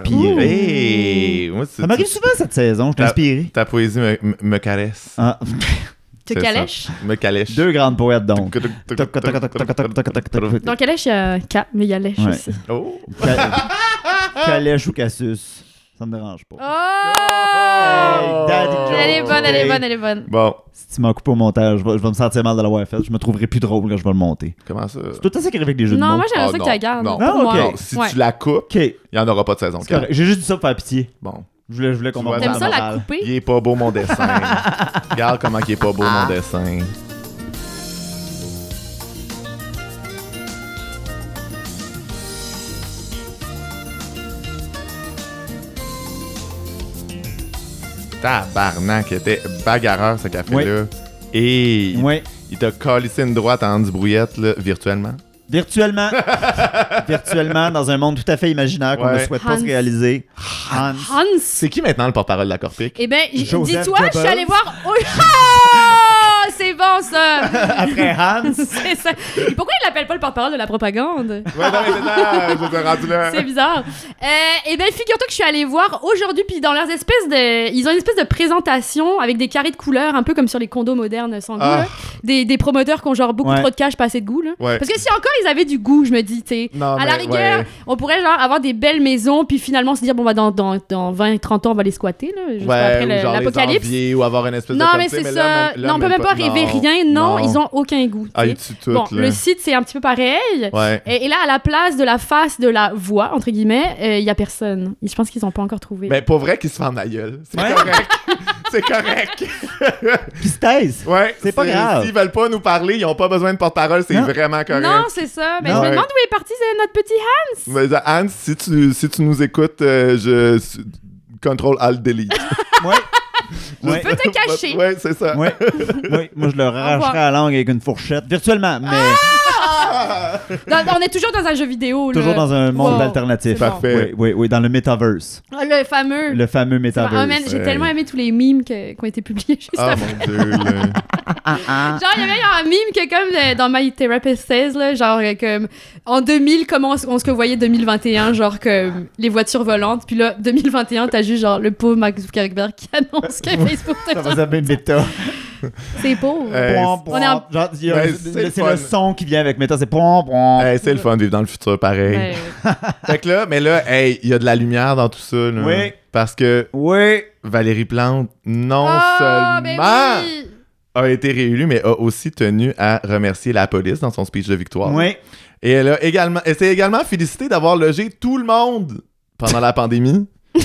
Inspiré. Moi, c'est- Ça m'arrive souvent cette saison, je suis Ta- inspiré. Ta poésie me, me- me caresse. Ah, Te C'est calèche. ça. Me calèche. deux grandes poètes donc. Toc, toc, toc, toc, toc, toc, toc, toc, toc, toc. Dans calèche, il y a K, mais il y a lèche Ouais. aussi. Oh! Ca- Calèche ou Cassus, ça me dérange pas. Oh! Daddy joke. Elle est bonne, elle est Hey. bonne, elle est bonne. Bon, Si tu m'as coupé au montage, je vais, je vais me sentir mal de l'avoir fait. Je me trouverai plus drôle quand je vais le monter. comment ça? C'est tout à fait avec des jeux de Non, mots. moi, j'aimerais Ah, ça que non, tu la gardes. non. Pour Ah, moi. ok. Non, si Ouais. tu la coupes, Ok, il n'y en aura pas de saison c'est quatre. correct. J'ai juste dit ça pour faire pitié. Bon. Je voulais, je voulais qu'on Tu vois, monte T'aimes la ça la morale. couper? Il est pas beau mon dessin. Regarde comment il est pas beau Ah. mon dessin. Tabarnak, il était bagarreur ce café-là. Et il, Ouais. il t'a collissé une droite en du brouillette, là, virtuellement. Virtuellement. Virtuellement, dans un monde tout à fait imaginaire qu'on Ouais. ne souhaite pas Hans. se réaliser. Hans. Hans! C'est qui maintenant le porte-parole de la Corpic? Eh ben, j- Joseph dis-toi, je suis Goebbels. allée voir. Oh, oh, c'est bon ça! Après Hans. C'est ça. Et pourquoi il l'appelle pas le porte-parole de la propagande? Ouais, non, mais c'est ça, je t'ai rendu là. C'est bizarre. Euh, eh ben, figure-toi que je suis allée voir aujourd'hui, puis dans leurs espèces de. Ils ont une espèce de présentation avec des carrés de couleurs, un peu comme sur les condos modernes sans goût. Ah. là. Des, des promoteurs qui ont genre beaucoup Ouais. trop de cash, pas assez de goût. Là. Ouais. Parce que si encore ils avaient du goût, je me dis, tu sais. Non, À la mais, rigueur, ouais. on pourrait genre avoir des belles maisons, puis finalement se dire, bon, bah, dans, dans, dans vingt trente ans, on va les squatter, là, juste Ouais, après ou le- genre les l'apocalypse. envier ou avoir une espèce de Non, comme mais tu sais, c'est là, ça. même- là, non, on peut même pas rêver non, rien. Non, non. ils ont aucun goût. tu Ah, sais. ils tuent tout, Bon, là. le site, c'est un petit peu pareil. Ouais. Et, et là, à la place de la face de la voix, entre guillemets, il y a personne. Je pense qu'ils ont pas encore trouvé. Mais pour vrai qu'ils se fendent la gueule. C'est Ouais. correct. C'est correct. Qui se taise. Ouais. C'est pas grave. S'ils veulent pas nous parler, ils ont pas besoin de porte-parole, c'est Non. vraiment correct. non, c'est ça. Mais Non. je me Ouais. demande où est parti c'est notre petit Hans. Mais, euh, Anne, si tu, si tu nous écoutes, euh, je. Contrôle Alt Delete. Ouais. Ouais. peux te cacher. Ouais, c'est ça. Ouais. Ouais. Moi, je le revoir. arracherais à la langue avec une fourchette. Virtuellement, mais. Dans- on est toujours dans un jeu vidéo. Toujours là. dans un monde Wow, alternatif. c'est bon. Parfait. Oui, oui, oui, dans le metaverse. Ah, le fameux. Le fameux Ah, metaverse. man, j'ai Ouais. tellement aimé tous les memes que- qui ont été publiés juste Ah après. mon dieu, là. Genre, il y avait un meme que, comme euh, dans My Therapist Says, là, genre, euh, comme en deux mille, comment on, on se voyait deux mille vingt et un, genre, comme les voitures volantes. Puis là, deux mille vingt et un, t'as juste, genre, le pauvre Mark Zuckerberg qui annonce que Facebook Ça va s'appeler Meta. c'est pauvre. Euh, Point, on est en- point. Genre, il y a Ben, un- c'est c'est le c'est fun. le son qui vient avec Meta, c'est point, point. Hey, c'est le fun de vivre dans le futur, pareil. Ouais. Fait que là, mais là, hey, il y a de la lumière dans tout ça, là. Oui. Parce que Oui. Valérie Plante, non Ah, ben seulement oui! a été réélue, mais a aussi tenu à remercier la police dans son speech de victoire. Oui. Et elle a également, elle s'est également félicitée d'avoir logé tout le monde pendant la pandémie.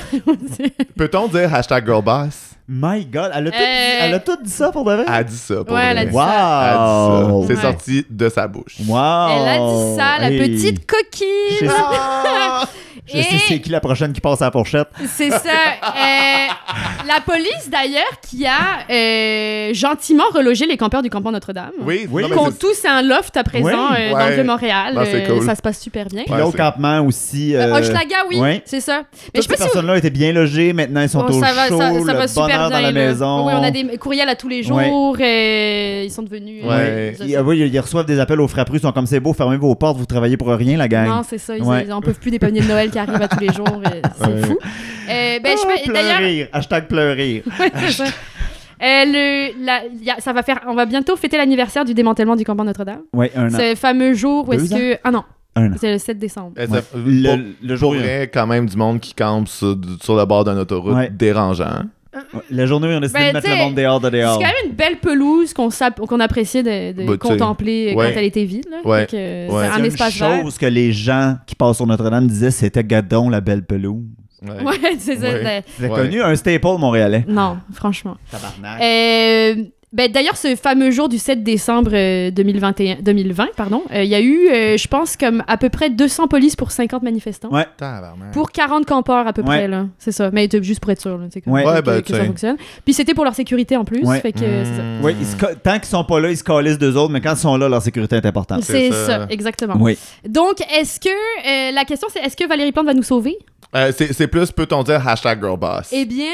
Peut-on dire hashtag girlboss? My God, elle a, tout Euh, dit, elle a tout dit ça pour de vrai? Elle a dit ça, pour Ouais, elle a vrai. dit Wow! Elle a dit ça. C'est Ouais. sorti de sa bouche. Wow! Elle a dit ça, la Hey. petite Je coquine! sais, Ah! je sais c'est qui la prochaine qui passe à la fourchette. C'est ça. Euh, la police, d'ailleurs, qui a euh, gentiment relogé les campeurs du campement Notre-Dame. Oui, Oui. non, mais Qui ont c'est- tous un loft à présent Oui. euh, dans Ouais. le Vieux-Montréal. Ah, c'est Euh, cool. ça se passe super bien. Puis Ouais, l'autre c'est- campement aussi. Euh, Euh, Hochelaga, oui, ouais. c'est ça. Mais Toutes je sais ces pas si vous- personnes-là étaient bien logées, maintenant ils sont Bon, au ça va, chaud, ça, ça le va super bonheur bien. dans la là. maison. Oui, on a des courriels à tous les jours. euh, ils sont devenus. Ouais. euh, Ils, ça, ah oui, ils reçoivent des appels aux frapperies, ils sont comme c'est beau, fermez vos portes, vous travaillez pour rien, la gang. non, c'est ça. Ils, Ouais. ils en peuvent plus des paniers de Noël qui arrivent à tous les jours. euh, c'est Ouais. fou. Euh, ben, je Ah, fais- d'ailleurs, pleurer. Hashtag pleurer. ouais, c'est ça. Euh, le, la- y a- ça va faire, on va bientôt fêter l'anniversaire du démantèlement du campement Notre-Dame. Oui, un an. Ce fameux jour où Deux est-ce que. Ah non, Un an. c'est le sept décembre. Eh, ça- Ouais. pour- Le, le jour Pour vrai, quand même, du monde qui campe sur, sur le bord d'une autoroute, Ouais. dérangeant. Ouais, la journée où on a décidé Ben, de mettre t'sais, le monde dehors de C'est dehors. quand même une belle pelouse qu'on sap- qu'on appréciait de, de Bah, tu sais, contempler ouais. quand elle était vide. Là. Ouais. Fait que, euh, Ouais. C'est un C'est une espace vert. chose que les gens qui passent sur Notre-Dame disaient, c'était Gadon, la belle pelouse. Ouais. Ouais, c'est ça. Ouais. C'est Ouais. connu, un staple montréalais. Non, franchement. Tabarnak. Euh, ben, d'ailleurs, ce fameux jour du sept décembre euh, deux mille vingt et un, deux mille vingt, pardon, euh, il y a eu, euh, je pense, comme à peu près deux cents polices pour cinquante manifestants. Ouais. Tabarnak. Pour quarante campeurs à peu Ouais. près, là. C'est ça. Mais t- juste pour être sûr, là, tu sais, comme- Ouais. que, Ouais, ben, que tu ça sais. fonctionne. Puis c'était pour leur sécurité en plus. Ouais. Fait que, c'est ça. Mmh. Oui, ils se ca- tant qu'ils sont pas là, ils se calissent d'eux autres, mais quand ils sont là, leur sécurité est importante. C'est C'est ça. ça. exactement. Oui. Donc, est-ce que, euh, la question c'est, est-ce que Valérie Plante va nous sauver? Euh, c'est c'est plus, peut-on dire, hashtag girlboss? Eh bien,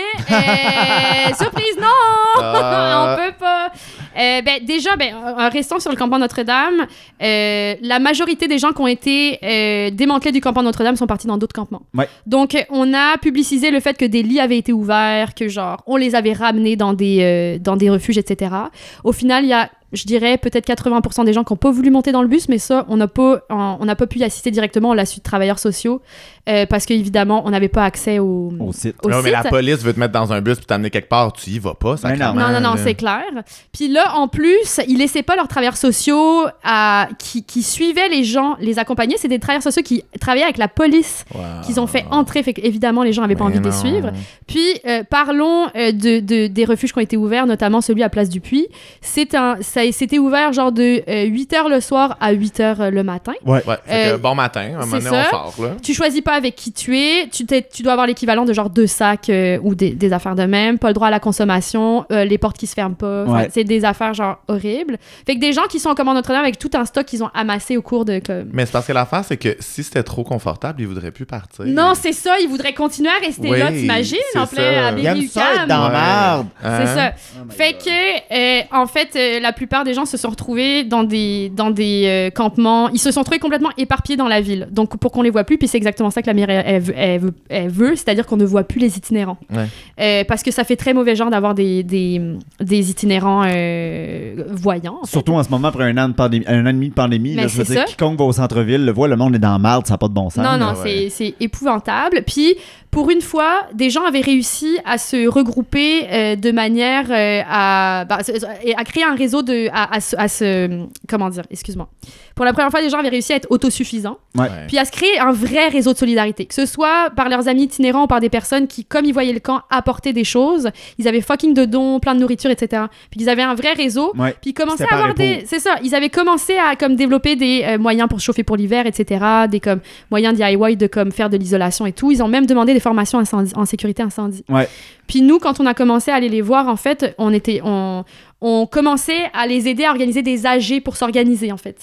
euh, surprise, non! Ah. On peut pas. Euh, ben, déjà, ben, en restant sur le campement Notre-Dame, euh, la majorité des gens qui ont été euh, démantelés du campement Notre-Dame sont partis dans d'autres campements. Ouais. Donc, on a publicisé le fait que des lits avaient été ouverts, que genre, on les avait ramenés dans des, euh, dans des refuges, et cetera. Au final, il y a, je dirais, peut-être quatre-vingts pour cent des gens qui n'ont pas voulu monter dans le bus, mais ça, on n'a pas, on on n'a pas pu y assister directement. On l'a su de travailleurs sociaux euh, parce qu'évidemment, on n'avait pas accès au, Au site. au Non, mais site. la police veut te mettre dans un bus puis t'amener quelque part, tu y vas pas, ça Mais non. Non, non, non, c'est clair. Puis là, en plus, ils laissaient pas leurs travailleurs sociaux à, qui, qui suivaient les gens, les accompagnaient. C'est des travailleurs sociaux qui travaillaient avec la police, qu'ils ont fait entrer. Fait évidemment, les gens avaient pas envie de les suivre. Puis, euh, parlons euh, de, de- des refuges qui ont été ouverts, notamment celui à Place du Puy. C'est un, ça, c'était ouvert genre de euh, huit heures le soir à huit heures le matin. Ouais. Ouais, fait que Euh, bon matin, à un moment c'est donné, on ça. sort, là. Tu choisis pas avec qui tu es, tu, t'es- tu dois avoir l'équivalent de genre deux sacs euh, ou des, des affaires de même, pas le droit à la consommation, euh, les portes qui se ferment pas. Enfin, Ouais. c'est des affaires genre horribles. Fait que des gens qui sont en commande Notre-Dame avec tout un stock qu'ils ont amassé au cours de comme. Mais c'est parce que l'affaire, c'est que si c'était trop confortable, ils voudraient plus partir. Non, c'est ça, ils voudraient continuer à rester Oui, là, t'imagines, c'est en plein ça. à Ils aiment ça être Berry-UQAM. dans Ouais. la merde. Hein? C'est ça. Oh my Fait God. que, euh, en fait, euh, la plupart des gens se sont retrouvés dans des, dans des euh, campements. Ils se sont trouvés complètement éparpillés dans la ville. Donc, pour qu'on les voit plus, puis c'est exactement ça que la mairie, elle, elle veut, elle veut, elle veut, c'est-à-dire qu'on ne voit plus les itinérants. Ouais. Euh, parce que ça fait très mauvais genre d'avoir des, des, des itinérants euh, voyants. en fait. Surtout en ce moment, après un an, de pandémie, un an et demi de pandémie, Mais là, je veux c'est dire, ça. quiconque va au centre-ville le voit, le monde est dans la merde, ça n'a pas de bon sens. Non, non, Ah ouais. c'est c'est épouvantable. Puis, pour une fois, des gens avaient réussi à se regrouper euh, de manière euh, à, bah, c'est- et à créer un réseau de... À, à se- à se... Comment dire? Excuse-moi. Pour la première fois, des gens avaient réussi à être autosuffisants. Ouais. Ouais. Puis à se créer un vrai réseau de solidarité. Que ce soit par leurs amis itinérants ou par des personnes qui, comme ils voyaient le camp, apportaient des choses. Ils avaient fucking de dons, plein de nourriture, et cetera. Puis ils avaient un vrai réseau. Ouais. Puis ils commençaient C'était à avoir par des... épaule. C'est ça. Ils avaient commencé à comme développer des euh, moyens pour se chauffer pour l'hiver, et cetera. Des comme moyens D I Y de comme faire de l'isolation et tout. Ils ont même demandé des formations incendie- en sécurité incendie. Ouais. Puis nous, quand on a commencé à aller les voir, en fait, on était... On, on commençait à les aider à organiser des A G pour s'organiser, en fait. Ben,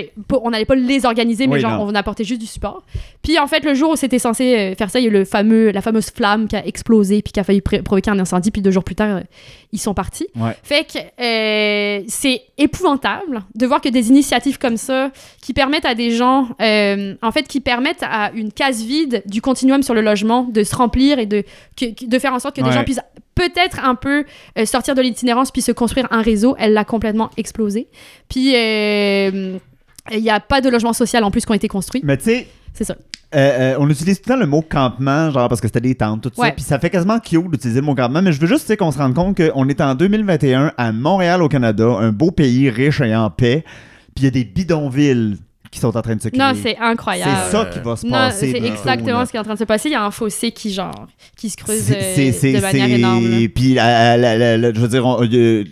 ben, pas- on n'allait pas les organiser, mais Oui, genre, non. on apportait juste du support. Puis en fait, le jour où c'était censé euh, faire ça, il y a eu le fameux, la fameuse flamme qui a explosé puis qui a failli pr- provoquer un incendie. Puis deux jours plus tard, euh, ils sont partis. Ouais. Fait que euh, c'est épouvantable de voir que des initiatives comme ça qui permettent à des gens, euh, en fait, qui permettent à une case vide du continuum sur le logement de se remplir et de, que- de faire en sorte que Ouais. des gens puissent peut-être un peu euh, sortir de l'itinérance puis se construire un réseau. Elle l'a complètement explosé. Puis euh, il n'y a pas de logement social en plus qui ont été construits. Mais tu sais, C'est ça. Euh, euh, on utilise tout le temps le mot campement, genre parce que c'était des tentes, tout ça. Ouais. Puis ça fait quasiment cute d'utiliser le mot campement. Mais je veux juste tu sais, qu'on se rende compte qu'on est en deux mille vingt et un à Montréal, au Canada, un beau pays riche et en paix. Puis il y a des bidonvilles qui sont en train de se créer. Non, c'est incroyable. C'est ça qui va se Non, passer. c'est bientôt, exactement là. ce qui est en train de se passer. Il y a un fossé qui, genre, qui se creuse C'est- euh, c'est- c'est- de manière c'est- énorme. là. Puis, la- la- la- la- je veux dire, on- euh,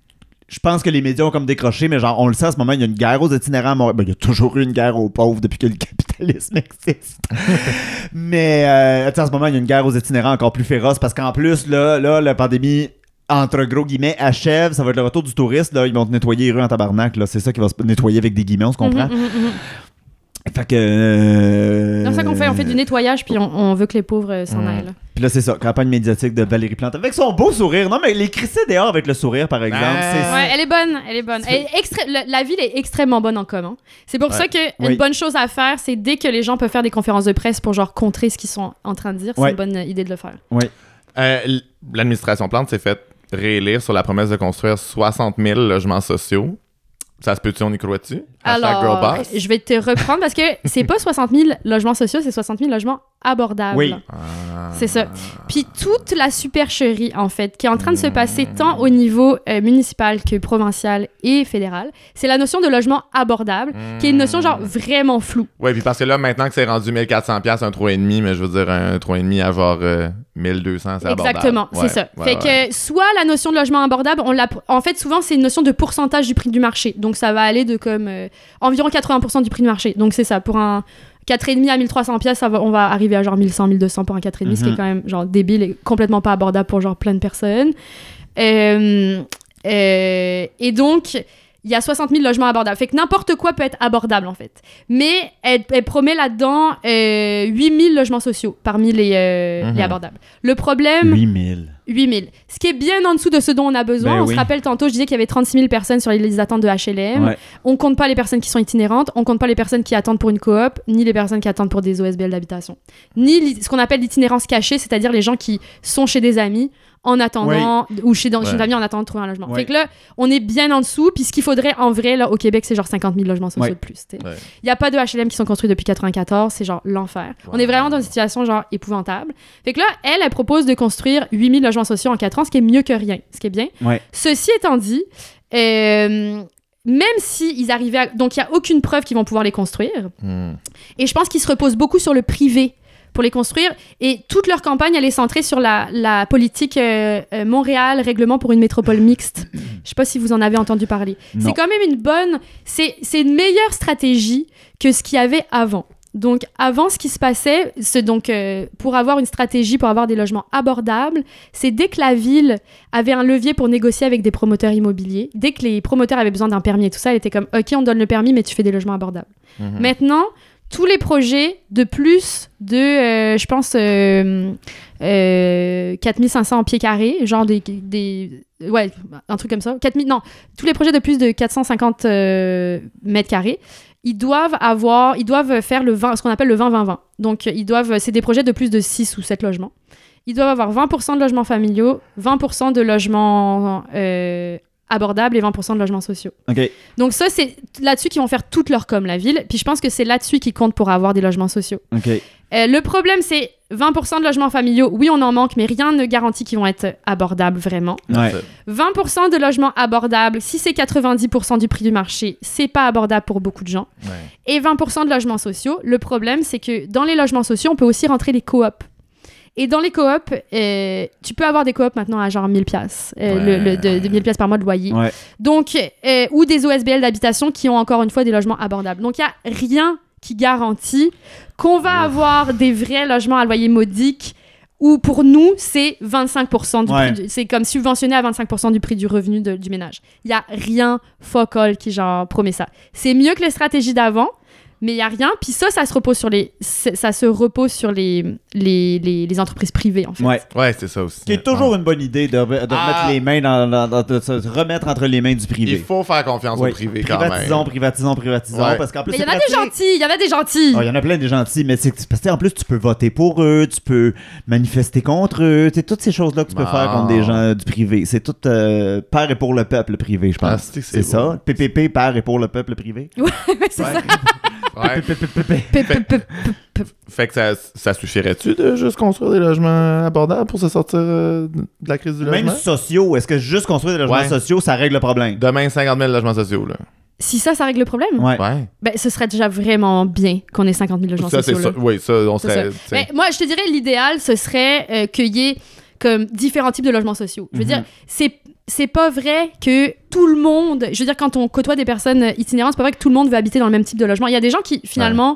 je pense que les médias ont comme décroché, mais genre, on le sait à ce moment, il y a une guerre aux itinérants à Montréal. Ben, il y a toujours eu une guerre aux pauvres depuis que le capitalisme existe. mais, euh, tu sais, à ce moment, il y a une guerre aux itinérants encore plus féroce parce qu'en plus, là, là, la pandémie, entre gros guillemets, achève. Ça va être le retour du touriste. Là. Ils vont te nettoyer les rues en tabarnak. Là. C'est ça qui va se nettoyer avec des guillemets, on se comprend. Mhm, mhm, mhm. Fait que. Euh... C'est ça qu'on fait. On fait du nettoyage, puis on, on veut que les pauvres euh, s'en Mm. aillent. là. Puis là, c'est ça, campagne médiatique de Valérie Plante. Avec son beau sourire. Non, mais les crissés dehors avec le sourire, par exemple. Ben, c'est... Ouais, elle est bonne, elle est bonne. Elle est extré- la, la ville est extrêmement bonne en com. C'est pour Ouais. ça qu'une Oui. bonne chose à faire, c'est dès que les gens peuvent faire des conférences de presse pour genre contrer ce qu'ils sont en train de dire, c'est Ouais. une bonne euh, idée de le faire. Euh, l- L'administration Plante s'est fait réélire sur la promesse de construire soixante mille logements sociaux. Ça se peut-tu, on y croit-tu? Hashtag Alors, girlboss. je vais te reprendre parce que c'est pas soixante mille logements sociaux, c'est soixante mille logements abordables. Oui. Ah. C'est ça. Puis toute la supercherie, en fait, qui est en train de se passer tant au niveau euh, municipal que provincial et fédéral, c'est la notion de logement abordable, qui est une notion genre vraiment floue. Ouais, puis parce que là, maintenant que c'est rendu mille quatre cents dollars un trois virgule cinq, mais je veux dire, un trois virgule cinq à genre euh, mille deux cents, c'est abordable. Exactement, Ouais, c'est ça. ouais, fait ouais. que soit la notion de logement abordable, on l'a, en fait, souvent, c'est une notion de pourcentage du prix du marché. Donc, ça va aller de comme euh, environ quatre-vingts pour cent du prix du marché. Donc, c'est ça. Pour un quatre virgule cinq à mille trois cents pièces, ça va, on va arriver à genre mille cent, mille deux cents pour un quatre virgule cinq, ce qui est quand même genre débile et complètement pas abordable pour genre plein de personnes. Euh, euh, et donc, il y a soixante mille logements abordables. Fait que n'importe quoi peut être abordable, en fait. Mais elle, elle promet là-dedans euh, huit mille logements sociaux parmi les, euh, Mhm. les abordables. Le problème, huit mille. huit mille. Ce qui est bien en dessous de ce dont on a besoin. Ben on oui. se rappelle tantôt, je disais qu'il y avait trente-six mille personnes sur les listes d'attente de H L M. Ouais. On compte pas les personnes qui sont itinérantes, on compte pas les personnes qui attendent pour une coop, ni les personnes qui attendent pour des O S B L d'habitation. Ni l'i- ce qu'on appelle l'itinérance cachée, c'est-à-dire les gens qui sont chez des amis en attendant, ou chez, dans, chez Ouais. une famille en attendant de trouver un logement. Ouais. Fait que là, on est bien en dessous, puis ce qu'il faudrait en vrai, là, au Québec, c'est genre cinquante mille logements sociaux Ouais. de plus. Il Ouais. n'y a pas de H L M qui sont construits depuis quatre-vingt-quatorze, c'est genre l'enfer. On est vraiment dans une situation genre épouvantable. Fait que là, elle, elle propose de construire huit mille logements sociaux en quatre ans, ce qui est mieux que rien, ce qui est bien. Ouais. Ceci étant dit, euh, même s'ils arrivaient à... Donc, il n'y a aucune preuve qu'ils vont pouvoir les construire. Hmm. Et je pense qu'ils se reposent beaucoup sur le privé pour les construire. Et toute leur campagne, elle est centrée sur la, la politique euh, euh, Montréal, règlement pour une métropole mixte. Je ne sais pas si vous en avez entendu parler. Non. C'est quand même une bonne... C'est c'est une meilleure stratégie que ce qu'il y avait avant. Donc, avant, ce qui se passait, c'est donc euh, pour avoir une stratégie, pour avoir des logements abordables, c'est dès que la ville avait un levier pour négocier avec des promoteurs immobiliers, dès que les promoteurs avaient besoin d'un permis et tout ça, elle était comme « Ok, on donne le permis, mais tu fais des logements abordables. Mhm. Maintenant, tous les projets de plus de, euh, je pense, euh, euh, quatre mille cinq cents pieds carrés, genre des, des... Ouais, un truc comme ça. quatre mille, non, tous les projets de plus de quatre cent cinquante euh, mètres carrés, ils doivent avoir, ils doivent faire le vingt, ce qu'on appelle le vingt vingt vingt. Donc, ils doivent, c'est des projets de plus de six ou sept logements. Ils doivent avoir vingt pour cent de logements familiaux, vingt pour cent de logements euh, abordables et vingt pour cent de logements sociaux. OK. Donc ça, c'est là-dessus qu'ils vont faire toute leur com, la ville. Puis je pense que c'est là-dessus qu'ils comptent pour avoir des logements sociaux. OK. Euh, le problème, c'est vingt pour cent de logements familiaux. Oui, on en manque, mais rien ne garantit qu'ils vont être abordables vraiment. Ouais. vingt pour cent de logements abordables, si c'est quatre-vingt-dix pour cent du prix du marché, c'est pas abordable pour beaucoup de gens. Ouais. Et vingt pour cent de logements sociaux, le problème, c'est que dans les logements sociaux, on peut aussi rentrer les coops. Et dans les coops, euh, tu peux avoir des coops maintenant à genre mille piastres, euh, Ouais. le, le- de, de mille piastres par mois de loyer. Ouais. Donc, euh, ou des O S B L d'habitation qui ont encore une fois des logements abordables. Donc, il n'y a rien qui garantit qu'on va avoir des vrais logements à loyer modique où pour nous, c'est vingt-cinq pour cent du Ouais. prix. Du, c'est comme subventionné à vingt-cinq pour cent du prix du revenu de- du ménage. Il n'y a rien fuck all qui genre promet ça. C'est mieux que les stratégies d'avant, mais il n'y a rien. Puis ça, ça se repose sur les, c'est- ça se repose sur les, les, les, les entreprises privées, en fait. Ouais. Ouais, c'est ça aussi. Qui est toujours une bonne idée de, de remettre Ah. les mains dans, dans- dans- de se remettre entre les mains du privé. Il faut faire confiance Ouais. au privé quand privatisons, même. privatisons, privatisons, Ouais. parce qu'en plus Mais il y c'est en a des pratique. gentils, il y en a des gentils. Ah, il y en a plein des gentils, mais c'est parce que en plus tu peux voter pour eux, tu peux manifester contre eux, c'est toutes ces choses-là que tu peux Bon. faire contre des gens du privé. C'est tout euh, par et pour le peuple privé, je pense. Ah, c'est- c'est c'est ça, beau. P P P par et pour le peuple privé. Ouais, c'est Ouais. ça. Ouais. P P P P. Pe- pe- pe- pe- Fait que ça, ça suffirait-tu de juste construire des logements abordables pour se sortir euh, de la crise du Même logement? sociaux, est-ce que juste construire des logements Ouais. sociaux, ça règle le problème? Demain, cinquante mille logements sociaux, là. Si ça, ça règle le problème, Ouais. Ouais. ben, ce serait déjà vraiment bien qu'on ait cinquante mille logements Ça, c'est sociaux. ça. là. Oui, ça, on C'est serait... ça. tu sais. Mais moi, je te dirais, l'idéal, ce serait euh, qu'il y ait comme différents types de logements sociaux. Je veux Mhm. dire, c'est c'est pas vrai que tout le monde, je veux dire, quand on côtoie des personnes itinérantes, c'est pas vrai que tout le monde veut habiter dans le même type de logement. Il y a des gens qui, finalement,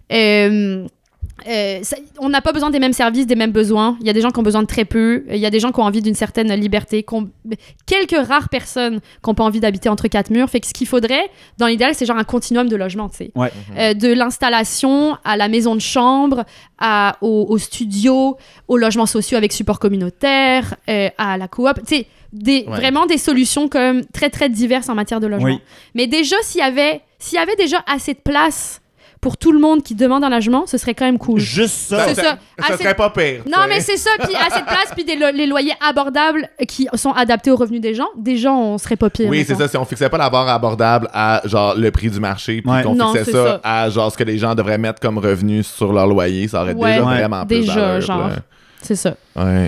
euh, euh, ça- on n'a pas besoin des mêmes services, des mêmes besoins. Il y a des gens qui ont besoin de très peu. Il y a des gens qui ont envie d'une certaine liberté. qu'on- Quelques rares personnes qui n'ont pas envie d'habiter entre quatre murs. Fait que ce qu'il faudrait, dans l'idéal, c'est genre un continuum de logement, tu sais. Ouais. Euh, de l'installation à la maison de chambre, à, au, au studio, aux logements sociaux avec support communautaire, euh, à la coop. Tu sais, des, Ouais. vraiment des solutions comme très, très diverses en matière de logement. Oui. Mais déjà, s'il y avait, s'il y avait déjà assez de place pour tout le monde qui demande un logement, ce serait quand même cool. Juste ça. C'est ça, ça. ça Assez- serait pas pire. Non, tu mais sais. c'est ça, puis assez de place, puis des lo- les loyers abordables qui sont adaptés aux revenus des gens. Déjà, on serait pas pire. Oui, c'est mettons. ça. Si on fixait pas la barre abordable à genre le prix du marché, puis Ouais. qu'on Non, fixait c'est ça, ça. à genre ce que les gens devraient mettre comme revenu sur leur loyer, ça aurait Ouais. déjà Ouais. vraiment plus Déjà, d'allure, genre. là. C'est ça. Ouais.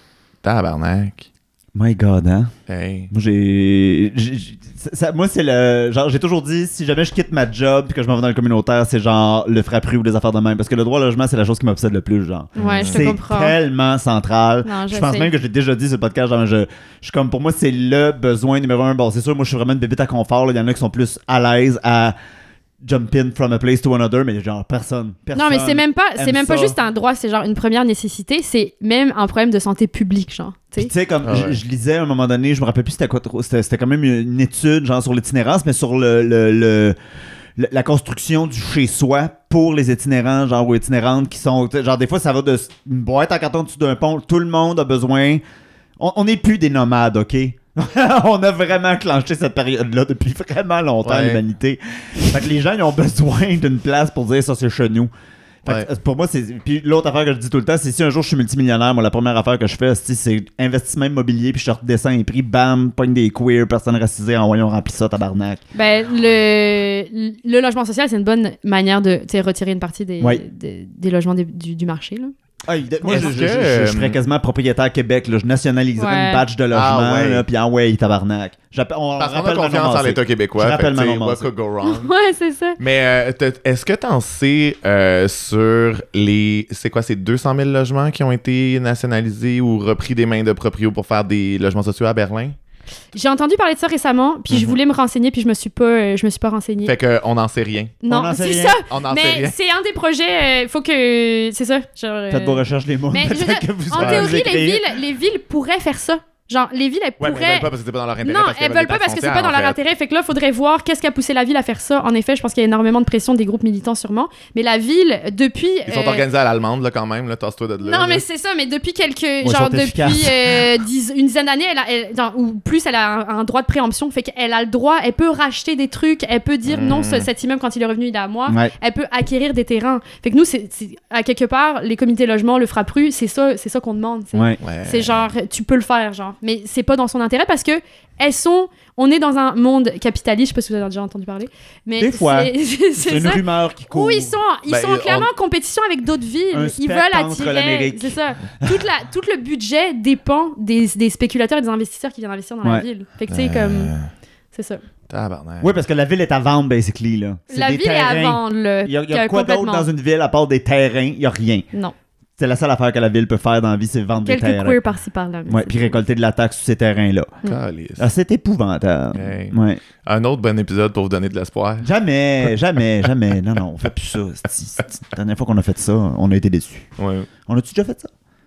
Tabarnak. My God, hein? Hey. Moi, j'ai. j'ai- j'ai- ça- ça- moi, c'est le. Genre, j'ai toujours dit, si jamais je quitte ma job puis que je m'en vais dans le communautaire, c'est genre le frappru ou des affaires de même. Parce que le droit au logement, c'est la chose qui m'obsède le plus, genre. Ouais, je te C'est comprends. tellement central. Non, je je pense sais. même que je l'ai déjà dit sur le podcast. Genre, je, je suis comme, pour moi, c'est le besoin numéro un. Bon, c'est sûr, moi, je suis vraiment une bébête à confort. là. Il y en a qui sont plus à l'aise à jump in from a place to another, mais genre, personne. personne Non, mais c'est même pas, c'est aime même pas ça. juste un droit, c'est genre une première nécessité, c'est même un problème de santé publique, genre. tu Puis sais. tu sais, comme Ah je- ouais. je, lisais à un moment donné, je me rappelle plus c'était quoi trop, c'était, c'était quand même une, une étude genre sur l'itinérance, mais sur le, le, le- le- la construction du chez-soi pour les itinérants, genre ou itinérantes qui sont, tu sais, genre des fois ça va de s- une boîte en carton dessus d'un pont, tout le monde a besoin, on on n'est plus des nomades, ok? On a vraiment clenché cette période-là depuis vraiment longtemps, Ouais. l'humanité. Fait que les gens, ils ont besoin d'une place pour dire ça, c'est chez nous. Fait que, Ouais. euh, pour moi, c'est. Puis l'autre affaire que je dis tout le temps, c'est si un jour je suis multimillionnaire, moi, la première affaire que je fais, c'est, c'est investissement immobilier, puis je redescends les prix, bam, pogne des queers, personnes racisées, en voyant remplir ça, tabarnak. Ben, le, le logement social, c'est une bonne manière de tu sais, retirer une partie des, Ouais. des, des logements des- du, du marché, là. Ah, il- moi, je, Est-ce je- que, je- je- je ferais quasiment propriétaire Québec, là, je nationaliserais Ouais. une batch de logement, Ah, ouais. là, puis en ouais, tabarnak. J'appelle, on Parce qu'on a rappelle Manon confiance en Massé. l'État québécois. Je fait rappelle que, tu sais, Manon what Massé. could go wrong? Ouais, c'est ça. Mais euh, t'as- est-ce que t'en sais euh, sur les... C'est quoi, c'est deux cent mille logements qui ont été nationalisés ou repris des mains de proprio pour faire des logements sociaux à Berlin? J'ai entendu parler de ça récemment, puis je Mhm. voulais me renseigner, puis je me suis pas, euh, je me suis pas renseignée. Fait qu'on n'en sait rien. Non, On en sait c'est rien. ça. On n'en sait Mais rien. c'est un des projets, il faut que. C'est ça. Genre, euh, Faites vos recherches, les mots. Mais je veux peut-être dire, que vous en allez théorie, les écrire. villes, les villes pourraient faire ça. Genre, les villes, elles Ouais, mais elles pourraient. veulent pas parce que c'est pas dans leur intérêt. Non, parce qu'elles elles veulent des pas taxes parce que c'est pas foncières, dans leur en fait. intérêt. Fait que là, il faudrait voir qu'est-ce qui a poussé la ville à faire ça. En effet, je pense qu'il y a énormément de pression des groupes militants sûrement. Mais la ville, depuis. Ils sont euh, organisés à l'allemande, là, quand même. Là, tasse-toi de là. Non, là. mais c'est ça, mais depuis quelques. ils genre, sont depuis efficaces. euh, dix- une dizaine d'années, elle a, elle- non, ou plus, elle a un, un droit de préemption. Fait qu'elle a le droit, elle peut racheter des trucs, elle peut dire Mm. non, ce- cet immeuble, quand il est revenu, il est à moi. Ouais. Elle peut acquérir des terrains. Fait que nous, c'est, c'est- à quelque part, les comités logement, le frappru, c'est ça, c'est ça qu'on demande. tu sais. Ouais. Ouais. C'est genre, tu peux le faire, genre. Mais c'est pas dans son intérêt parce que elles sont. On est dans un monde capitaliste, je sais pas si vous avez déjà entendu parler. Mais Des fois. c'est, c'est C'est une ça. rumeur qui court. Où ils sont, ils Ben, sont on- clairement en compétition avec d'autres villes. Un Ils spectre veulent entre attirer. l'Amérique. C'est ça. Toute la, tout le budget dépend des, des spéculateurs et des investisseurs qui viennent investir dans la Ouais. ville. Fait que tu sais, Euh, comme. C'est ça. Tabarnak. Oui, parce que la ville est à vendre, basically. Là. C'est La des ville est à terrains. vendre, là. Il y a, il y a que- quoi d'autre complètement. dans une ville à part des terrains? Il y a rien. Non. C'est la seule affaire que la ville peut faire dans la vie, c'est vendre Quelques des terrains. queers par-ci par-là. mais Ouais, c'est puis tout. récolter de la taxe sur ces terrains-là. Calice. Ah, c'est épouvantable. Hey. Ouais. Un autre bon épisode pour vous donner de l'espoir. Jamais, jamais, jamais. Non, non, on fait plus ça. C'est- c'est- La dernière fois qu'on a fait ça, on a été déçus. Ouais. On a-tu déjà fait ça?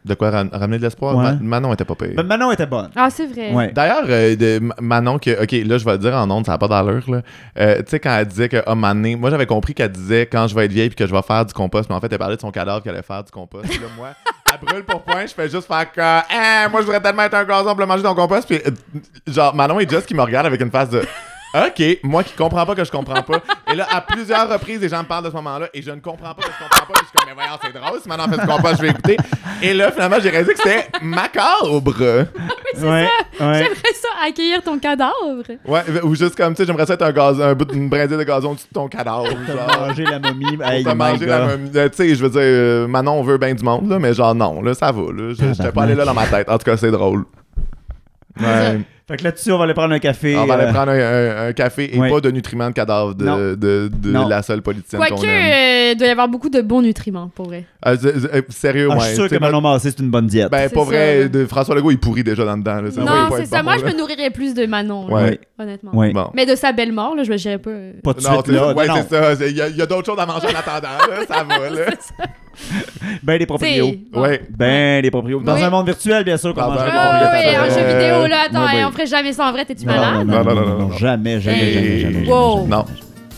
De quoi ram- ramener de l'espoir? Ouais. Ma- Manon était pas pire. Ben, Manon était bonne. Ah, c'est vrai. Ouais. D'ailleurs, euh, de M- Manon, que, ok, là, je vais le dire en ondes, ça n'a pas d'allure, là. Euh, tu sais, quand elle disait que, oh, Mané, moi, j'avais compris qu'elle disait quand je vais être vieille puis que je vais faire du compost, mais en fait, elle parlait de son cadavre qu'elle allait faire du compost. Puis là, moi, elle brûle pour point, je fais juste faire que, ah, moi, je voudrais tellement être un gazon pour manger ton compost. Puis, euh, genre, Manon et Just qui me regardent avec une face de. OK, moi qui comprends pas que je comprends pas. Et là, à plusieurs reprises, les gens me parlent de ce moment-là et je ne comprends pas que je comprends pas. Puis je suis comme, mais voyons, c'est drôle. Si maintenant on fait du compost, je vais écouter. Et là, finalement, j'ai réalisé que c'était macabre. C'est Ouais, ça. ouais. J'aimerais ça, accueillir ton cadavre. Ouais, ou juste comme, tu sais, j'aimerais ça être un gaz, un bout d'une brindille de gazon au-dessus de ton cadavre. T'as Genre. mangé la momie. Pour Hey, te my manger la God. momie. Euh, Tu sais, je veux dire, euh, Manon, on veut bien du monde, là, mais genre, non, là, ça va. Là. Je J'étais pas allé là dans ma tête. En tout cas, c'est drôle. Ouais. Fait que là-dessus, on va aller prendre un café. On va aller euh, prendre un, un- un café et ouais. pas de nutriments de cadavre de, Non. de, de, de Non. la seule politicienne qu'on Quoique, aime. il doit y avoir beaucoup de bons nutriments, pour vrai. Euh, c'est- c'est- sérieux, ah, ouais. je suis sûr T'sais, que Manon Massé, c'est une bonne diète. Ben, C'est pas ça, vrai, là. de François Legault, il pourrit déjà dans dedans. Là. Ça, non, va pas c'est être ça. bon, Moi, je là. me nourrirais plus de Manon, là, Ouais. honnêtement. Oui. Bon. Mais de sa belle mort, là, je n'irais pas. euh, Pas tout de Non, suite, c'est là. ouais, non, c'est ça. C'est- Il y a, il y a d'autres choses à manger en attendant. Là. Ça va, là. Ben, les proprios. T'sais, bon. Ouais. Ben, les proprios. Dans Oui. un monde virtuel, bien sûr. Dans Comment un je monde vais Ah propriétaire. ouais, en Euh, jeu vidéo, là, attends, oui, oui. hey, on ferait jamais ça en vrai, t'es-tu Non, malade? non, Non, non, non, non, non. Jamais, jamais, Hey. jamais, jamais. Wow. jamais. Non.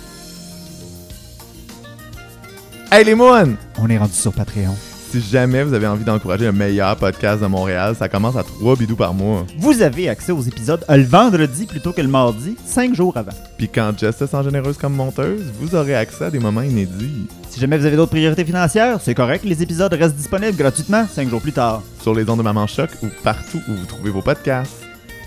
Hey, les moines! On est rendu sur Patreon. Si jamais vous avez envie d'encourager le meilleur podcast de Montréal, ça commence à trois bidous par mois. Vous avez accès aux épisodes euh, le vendredi plutôt que le mardi, cinq jours avant. Puis quand Jess se sent généreuse comme monteuse, vous aurez accès à des moments inédits. Si jamais vous avez d'autres priorités financières, c'est correct, les épisodes restent disponibles gratuitement cinq jours plus tard. Sur les ondes de Maman Choc ou partout où vous trouvez vos podcasts.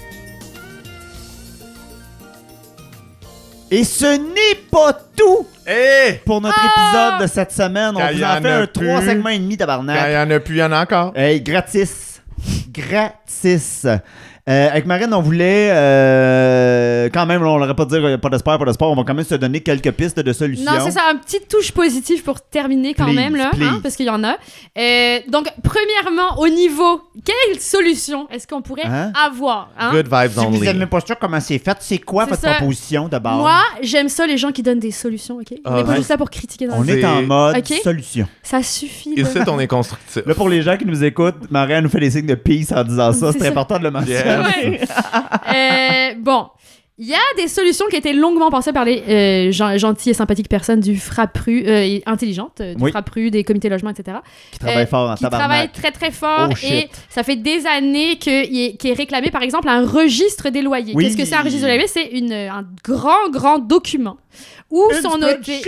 Et ce n'est pas tout Hé! pour notre Ah! épisode de cette semaine. On Quand vous y en en fait a un trois plus. segments et demi, Quand tabarnak. il y en a plus, il y en a encore. Hey, gratis. Gratis. Euh, avec Marine, on voulait euh, quand même, on n'aurait pas dire euh, pas d'espoir, pas d'espoir, on va quand même se donner quelques pistes de solutions. Non, c'est ça, une petite touche positive pour terminer quand Please, même, là, please. hein, parce qu'il y en a. Euh, donc, premièrement, au niveau, quelle solution est-ce qu'on pourrait Hein? avoir? Hein? Good vibes Si vous only. n'êtes même pas sûr comment c'est fait, c'est quoi C'est votre ça. proposition de base? Moi, j'aime ça, les gens qui donnent des solutions, OK? On Ah, n'est pas ouais. juste là pour critiquer dans on le est en C'est- mode Ok. solution. Ça suffit. là. Ici, on est constructif. Là, pour les gens qui nous écoutent, Marie nous fait des signes de peace en disant ça. C'est C'est ça. important de le mentionner. Ouais. Euh, bon, il y a des solutions qui ont été longuement pensées par les euh, gen- gentilles et sympathiques personnes du FRAPRU, euh, et intelligentes, euh, du Oui. FRAPRU, des comités logement, et cetera. Qui travaille Euh, fort en qui travaille tabarnak. très très fort Oh, shit. et ça fait des années que, il est, qu'il est réclamé par exemple un registre des loyers. Oui. Qu'est-ce que c'est un registre des loyers? C'est une, un grand grand document où Une sont notés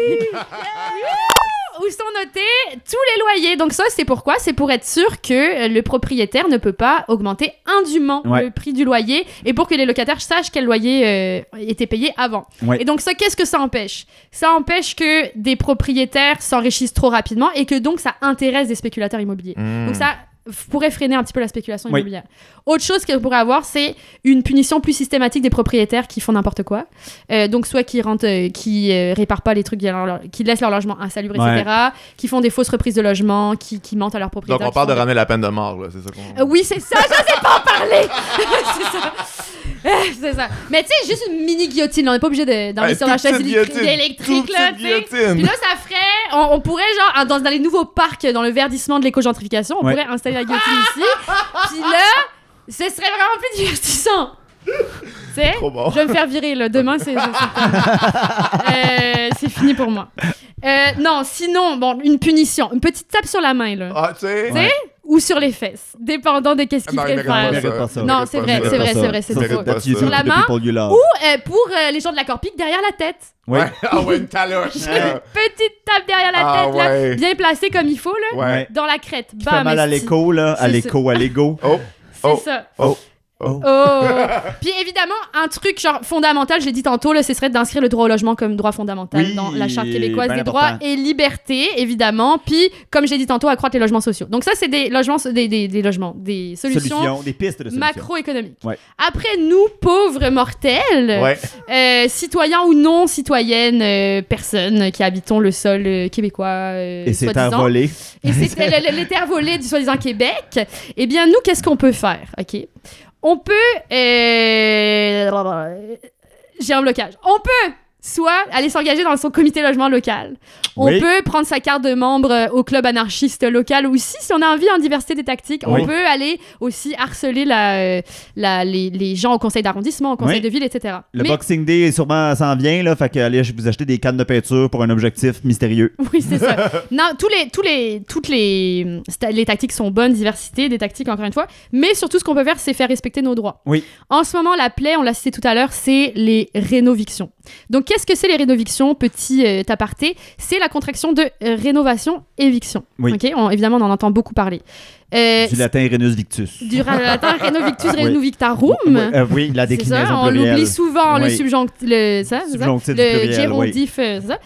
où sont notés tous les loyers. Donc ça c'est pourquoi? C'est pour être sûr que le propriétaire ne peut pas augmenter indûment Ouais. le prix du loyer et pour que les locataires sachent quel loyer euh, était payé avant. Ouais. Et donc ça, qu'est-ce que ça empêche? Ça empêche que des propriétaires s'enrichissent trop rapidement et que donc ça intéresse des spéculateurs immobiliers. Mm. Donc ça f- pourrait freiner un petit peu la spéculation Oui. immobilière. Autre chose qu'on pourrait avoir, c'est une punition plus systématique des propriétaires qui font n'importe quoi. Euh, donc soit qui rentrent, euh, qui euh, réparent pas les trucs, qui, qui laissent leur logement insalubre, Ouais. et cetera. Qui font des fausses reprises de logement, qui, qui mentent à leurs Donc, propriétaires. on qui parle de font des- ramener la peine de mort, là, c'est ça qu'on... Euh, oui, c'est ça, je sais pas en parler. c'est ça. Euh, c'est ça. Mais tu sais, juste une mini guillotine, on n'est pas obligé de- d'investir dans la toute chaise petite électrique, guillotine, électrique toute là, petite tu sais. guillotine. Puis là, ça ferait, on, on pourrait genre dans, dans les nouveaux parcs, dans le verdissement de l'éco-gentrification, on Ouais. pourrait installer la guillotine ici. Puis là, ce serait vraiment plus divertissant. Tu sais, Trop bon. je vais me faire virer là. Demain, c'est c'est- c'est- Euh, c'est fini pour moi. Euh, non, sinon, bon, une punition, une petite tape sur la main là, Ah, tu sais... Ouais. ou sur les fesses, dépendant de qu'est-ce qu'il Non, il préfère. mérite mérite pas ça. Non, c'est vrai, c'est vrai, c'est vrai, c'est Il mérite faux. pas That's you ça. to la the main, people you love. Ou euh, pour euh, les gens de la Corpic, derrière la tête. Oui. Ouais. Ah ouais, une taloche. Une petite tape derrière la Ah tête, là, ouais. bien placée comme il faut, là, Ouais. dans la crête. Qui fait Bam, mal à esti. l'écho, là. À C'est l'écho, à l'ego. Oh, C'est Oh. ça. oh. Oh. Oh! Puis évidemment, un truc genre fondamental, je l'ai dit tantôt, là, ce serait d'inscrire le droit au logement comme droit fondamental Oui, dans la Charte québécoise ben des important. droits et libertés, évidemment. Puis, comme j'ai dit tantôt, accroître les logements sociaux. Donc ça, c'est des logements, des, des, des logements, des solutions Solution, des pistes de solutions. macroéconomiques. Ouais. Après, nous, pauvres mortels, Ouais. euh, citoyens ou non citoyennes, euh, personnes qui habitons le sol euh, québécois, euh, Et c'est soi-disant. envolé. Et c'était le- le- les terres volées du soi-disant Québec. Eh bien, nous, qu'est-ce qu'on peut faire? OK? On peut... euh, J'ai un blocage. On peut soit aller s'engager dans son comité logement local. On Oui. peut prendre sa carte de membre euh, au club anarchiste local aussi, si on a envie en diversité des tactiques. Oui. On peut aller aussi harceler la, euh, la, les, les gens au conseil d'arrondissement, au conseil Oui. de ville, et cetera. Le Mais- Boxing Day sûrement s'en vient, là, fait que allez vous acheter des cannes de peinture pour un objectif mystérieux. Oui, c'est ça. Non, tous les, tous les, toutes les, les tactiques sont bonnes, diversité des tactiques, encore une fois. Mais surtout, ce qu'on peut faire, c'est faire respecter nos droits. Oui. En ce moment, la plaie, on l'a cité tout à l'heure, c'est les rénovictions. Donc, qu'est-ce que c'est les rénovictions? Petit euh, aparté, c'est la contraction de euh, rénovation-éviction. Oui. OK? On- évidemment, on en entend beaucoup parler. Euh, Du latin Renus Victus. du ra- latin Renovictus Oui. Renovictarum. Oui, euh, oui, la C'est déclinaison ça, on plurielle. l'oublie souvent, le Oui. subjonctif, le, ça, c'est ça? Subjonctif du le pluriel, gérondif, euh, c'est ça?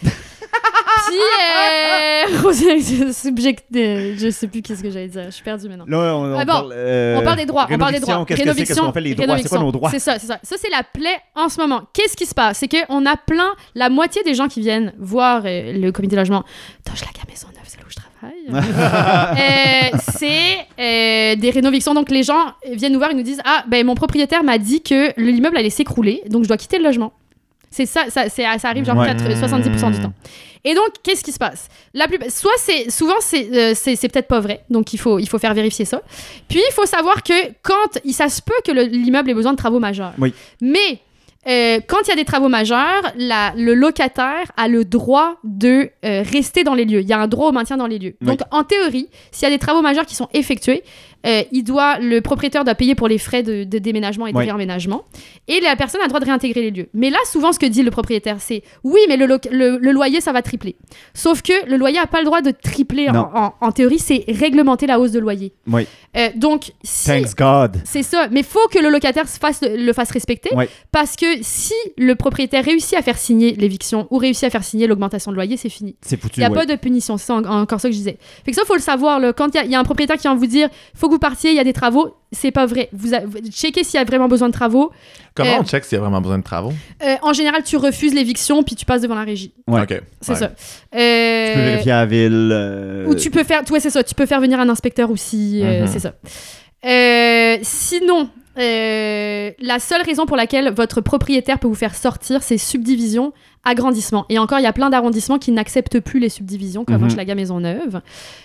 Puis, euh, subject, euh, je sais plus qu'est-ce que j'allais dire, je suis perdue maintenant. Là, on, on Ah bon, parle, euh, On parle des droits, on parle des rénoviction, droits. Qu'est-ce que c'est? Qu'est-ce qu'on fait les droits? C'est quoi nos droits? C'est ça, c'est ça. Ça, c'est la plaie en ce moment. Qu'est-ce qui se passe? C'est qu'on a plein, la moitié des gens qui viennent voir euh, le comité de logement, Hochelaga Maisonneuve, c'est là où je travaille. euh, c'est euh, des rénovictions. Donc, les gens viennent nous voir et nous disent, ah, ben, mon propriétaire m'a dit que l'immeuble allait s'écrouler, donc je dois quitter le logement. C'est ça, ça, c'est, ça arrive genre Ouais. quatre- soixante-dix pour cent du temps. Et donc, qu'est-ce qui se passe? La plus... Soit c'est... Souvent, c'est, euh, c'est, c'est peut-être pas vrai. Donc, il faut, il faut faire vérifier ça. Puis, il faut savoir que quand... Ça se peut que le- l'immeuble ait besoin de travaux majeurs. Oui. Mais... euh, quand il y a des travaux majeurs, la, le locataire a le droit de euh, rester dans les lieux. Il y a un droit au maintien dans les lieux. Oui. Donc, en théorie, s'il y a des travaux majeurs qui sont effectués, euh, il doit, le propriétaire doit payer pour les frais de, de déménagement et de Oui. réemménagement. Et la personne a le droit de réintégrer les lieux. Mais là, souvent, ce que dit le propriétaire, c'est oui, mais le, lo- le, le loyer, ça va tripler. Sauf que le loyer n'a pas le droit de tripler. En, Non. en, en théorie, c'est réglementer la hausse de loyer. Oui. Euh, donc, si. Thanks God. C'est ça, mais faut que le locataire se fasse, le fasse respecter, Ouais. parce que si le propriétaire réussit à faire signer l'éviction ou réussit à faire signer l'augmentation de loyer, c'est fini. C'est foutu. Il n'y a ouais. pas de punition, c'est en- encore ça que je disais. Fait que ça, faut le savoir, là. Quand il y a- il y, a un propriétaire qui vient vous dire faut que vous partiez, il y a des travaux, c'est pas vrai. Vous, a- vous checkez s'il y a vraiment besoin de travaux. Comment Euh, on check s'il y a vraiment besoin de travaux? Euh, en général, tu refuses l'éviction puis tu passes devant la régie. Ouais. OK. C'est Ouais. ça. Tu peux Euh, vérifier à la ville. euh, Ou tu peux faire, ouais, c'est ça, tu peux faire venir un inspecteur aussi, euh, Mhm. c'est ça. Euh, sinon, euh, la seule raison pour laquelle votre propriétaire peut vous faire sortir, c'est subdivision, agrandissement. Et encore, il y a plein d'arrondissements qui n'acceptent plus les subdivisions, comme Mhm. Hochelaga Maisonneuve.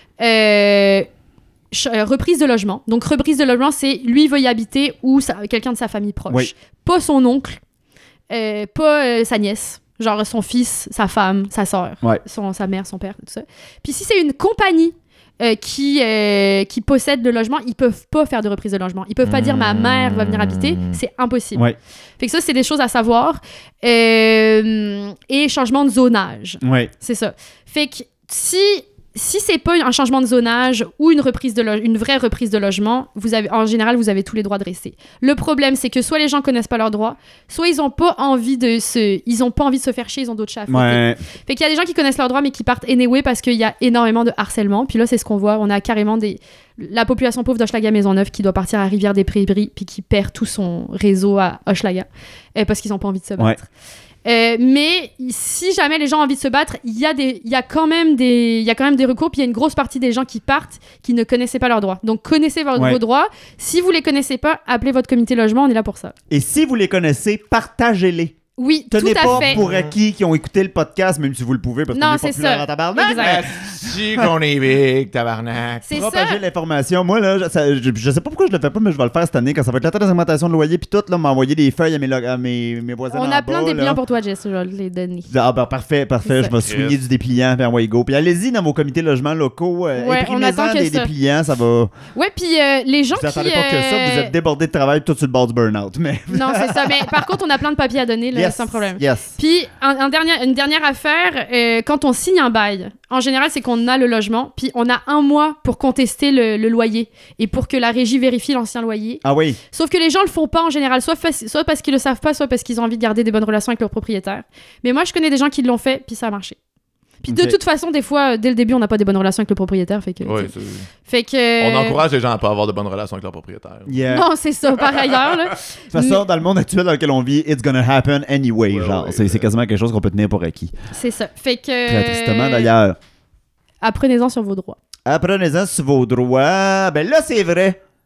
Euh, ch- euh, reprise de logement. Donc, reprise de logement, c'est lui, il veut y habiter ou sa- quelqu'un de sa famille proche. Oui. Pas son oncle, euh, pas euh, sa nièce. Genre son fils, sa femme, sa soeur, Ouais. son, sa mère, son père, tout ça. Puis si c'est une compagnie euh, qui, euh, qui possède le logement, ils peuvent pas faire de reprise de logement. Ils peuvent pas dire ma mère va venir habiter, c'est impossible. Ouais. Fait que ça, c'est des choses à savoir. Euh, et changement de zonage, Ouais. c'est ça. Fait que si si c'est pas un changement de zonage ou une reprise de lo- une vraie reprise de logement, vous avez en général vous avez tous les droits de rester. Le problème c'est que soit les gens connaissent pas leurs droits, soit ils ont pas envie de se ils ont pas envie de se faire chier, ils ont d'autres chats à fouetter. Ouais. Fait qu'il y a des gens qui connaissent leurs droits mais qui partent anyway parce qu'il y a énormément de harcèlement. Puis là c'est ce qu'on voit, on a carrément des la population pauvre d'Hochelaga Maisonneuve qui doit partir à Rivière-des-Prairies puis qui perd tout son réseau à Hochelaga euh, parce qu'ils ont pas envie de se battre. Euh, mais si jamais les gens ont envie de se battre, il y a des, il y a quand même des, il y a quand même des recours. Puis il y a une grosse partie des gens qui partent qui ne connaissaient pas leurs droits. Donc connaissez vos, Ouais. vos droits. Si vous les connaissez pas, appelez votre comité logement. On est là pour ça. Et si vous les connaissez, partagez-les. Oui, Tenez tout à pas fait. pour acquis qui ont écouté le podcast, même si vous le pouvez, parce Non, qu'on est c'est populaire ça. en tabarnak. Exact. Si qu'on est big, tabarnak. C'est Propager ça. l'information. Moi, là, je, ça- je, je sais pas pourquoi je le fais pas, mais je vais le faire cette année quand ça va être la augmentation de loyer. Puis tout, là, m'envoyer des feuilles à mes, lo- à mes, mes voisins. On en a plein bas, de dépliants là. pour toi, Jess. Je vais les donner. Ah, ben parfait, parfait. C'est Je vais ça. souligner du dépliant, puis envoyer go. Puis allez-y dans vos comités de logement locaux. Euh, Ouais, on attend imprimez-en que des ça. dépliants, ça va. Ouais, puis euh, les gens Vous qui. attendez pas que ça, vous euh, êtes débordé de travail, tout sur le bord du burn-out. Mais. Non, c'est ça. Mais par contre, on a plein de papiers à donner, là, Yes, sans problème. Yes. Puis, un, un dernier, une dernière affaire, euh, quand on signe un bail, en général, c'est qu'on a le logement, puis on a un mois pour contester le, le loyer et pour que la régie vérifie l'ancien loyer. Ah oui. Sauf que les gens le font pas en général, soit, fa- soit parce qu'ils le savent pas, soit parce qu'ils ont envie de garder des bonnes relations avec leur propriétaire. Mais moi, je connais des gens qui l'ont fait, puis ça a marché. Puis de Ok. toute façon, des fois, euh, dès le début, on n'a pas des bonnes relations avec le propriétaire, fait que... Ouais, tu sais. c'est- Fait que... On encourage les gens à pas avoir de bonnes relations avec leur propriétaire. Yeah. Non, c'est ça, par ailleurs, là. De toute façon, dans le monde actuel dans lequel on vit, it's gonna happen anyway. Ouais, genre, ouais, c'est ouais. c'est quasiment quelque chose qu'on peut tenir pour acquis. C'est ça. Fait que... Très tristement d'ailleurs. Apprenez-en sur vos droits. Apprenez-en sur vos droits. Ben là, c'est vrai.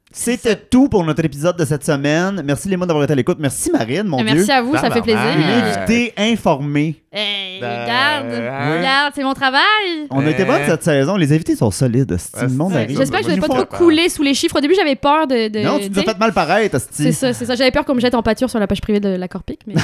C'était tout pour notre épisode de cette semaine. Merci les mots d'avoir été à l'écoute. Merci Marine, mon Merci Dieu. à vous, ça fait plaisir. Une Euh, invitée informée. Hey, Ben, regarde, hein? regarde, c'est mon travail. On a été bonnes cette saison. Les invités sont solides. C'est le monde Ouais, arrive. J'espère que je Moi, vais pas je trop vois- couler sous les chiffres. Au début, j'avais peur de. de Non, tu nous as sais. fait mal paraître, hostie. C'est ça, c'est ça. J'avais peur qu'on me jette en pâture sur la page privée de la Corpic, mais.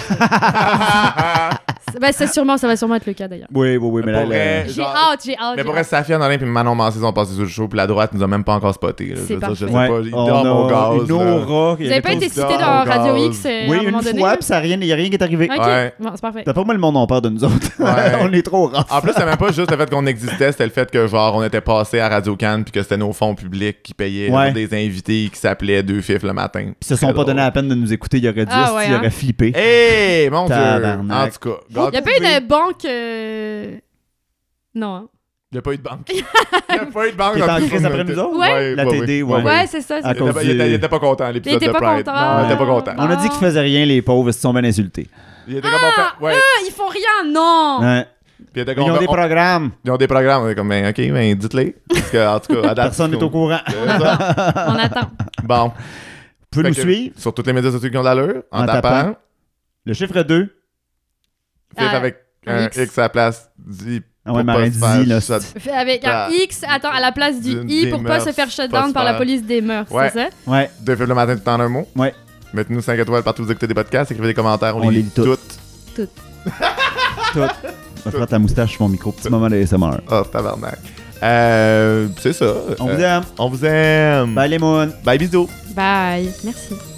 ben, c'est sûrement, ça va sûrement être le cas d'ailleurs. Oui, oui, oui, mais là, Pour là, vrai, J'ai genre- hâte, j'ai hâte. Mais j'ai pour vrai, hâte. Safia Nolin puis Manon Massé sont passés sur le show, puis la droite nous a même pas encore spoté. là. Je C'est veux dire, je sais parfait. pas, ouais, ils on dorment au a gaz. une là. aura. Vous avez pas été cité dors dans au Radio gaz. X euh, Oui, à un moment une donné? fois, puis ça n'y a rien qui est arrivé. Ok, Ouais. bon, c'est parfait. D'après moi, le monde a peur de nous autres. Ouais. On est trop rough. En plus, c'est même pas juste le fait qu'on existait, c'était le fait que genre on était passé à Radio Cannes puis que c'était nos fonds publics qui payaient Ouais. genre, des invités qui s'appelaient Deux Fifs le matin. Puis ils se sont pas donné la peine de nous écouter. Il aurait dit, Ah hostie, ouais, il hein? aurait flippé. Hey, mon dieu! Tabarnak. En tout cas, Il n'y a pas eu de banque. euh, Non. hein. il n'y a pas eu de banque. Il n'y a pas eu de banque. Qui est dans en tout crise ça. après nous autres? Ouais. La T D, ouais. Ouais, c'est ça. À c'est- Il cause était, pas- il était- du- il était pas content, l'épisode Il était de pas Pride. content. Non, il était pas content. On a dit qu'ils faisaient rien, les pauvres, ils se sont bien insultés. Il était comme on fait. Ouais. Ah, ils font rien, non! Ouais. Puis il était Ils comme ont on- des on- programmes. Ils ont des programmes. On est comme, ben, ok, ben, dites-les. Parce que, en tout cas, à date, Personne n'est au courant. C'est ça. On attend. Bon. Vous pouvez Fait nous que, suivre. Sur toutes les médias sociaux qui ont de l'allure, en, En tapant. tapant. Le chiffre deux. Fif Ah, avec un un X. X à la place. Dit. Ah ouais, pour Marin pas se faire dit, là, shut- c'est- Fait Avec un Ah. X, attends, à la place du D'une- I des pour pas mœurs, se faire pas shutdown se par la faire- police des mœurs, Ouais. c'est ça? Ouais. Deux Fifs le matin, tout en un mot. Ouais. Mettez-nous cinq étoiles partout où vous écoutez des podcasts. Écrivez des commentaires. On, On les les lit lit toutes. toutes. Tout. Je frotte la moustache sur mon micro. Petit moment de A S M R. Oh, tabarnak. Euh, c'est ça. On Euh, vous aime. On vous aime. Bye les moons. Bye, bisous. Bye. Merci.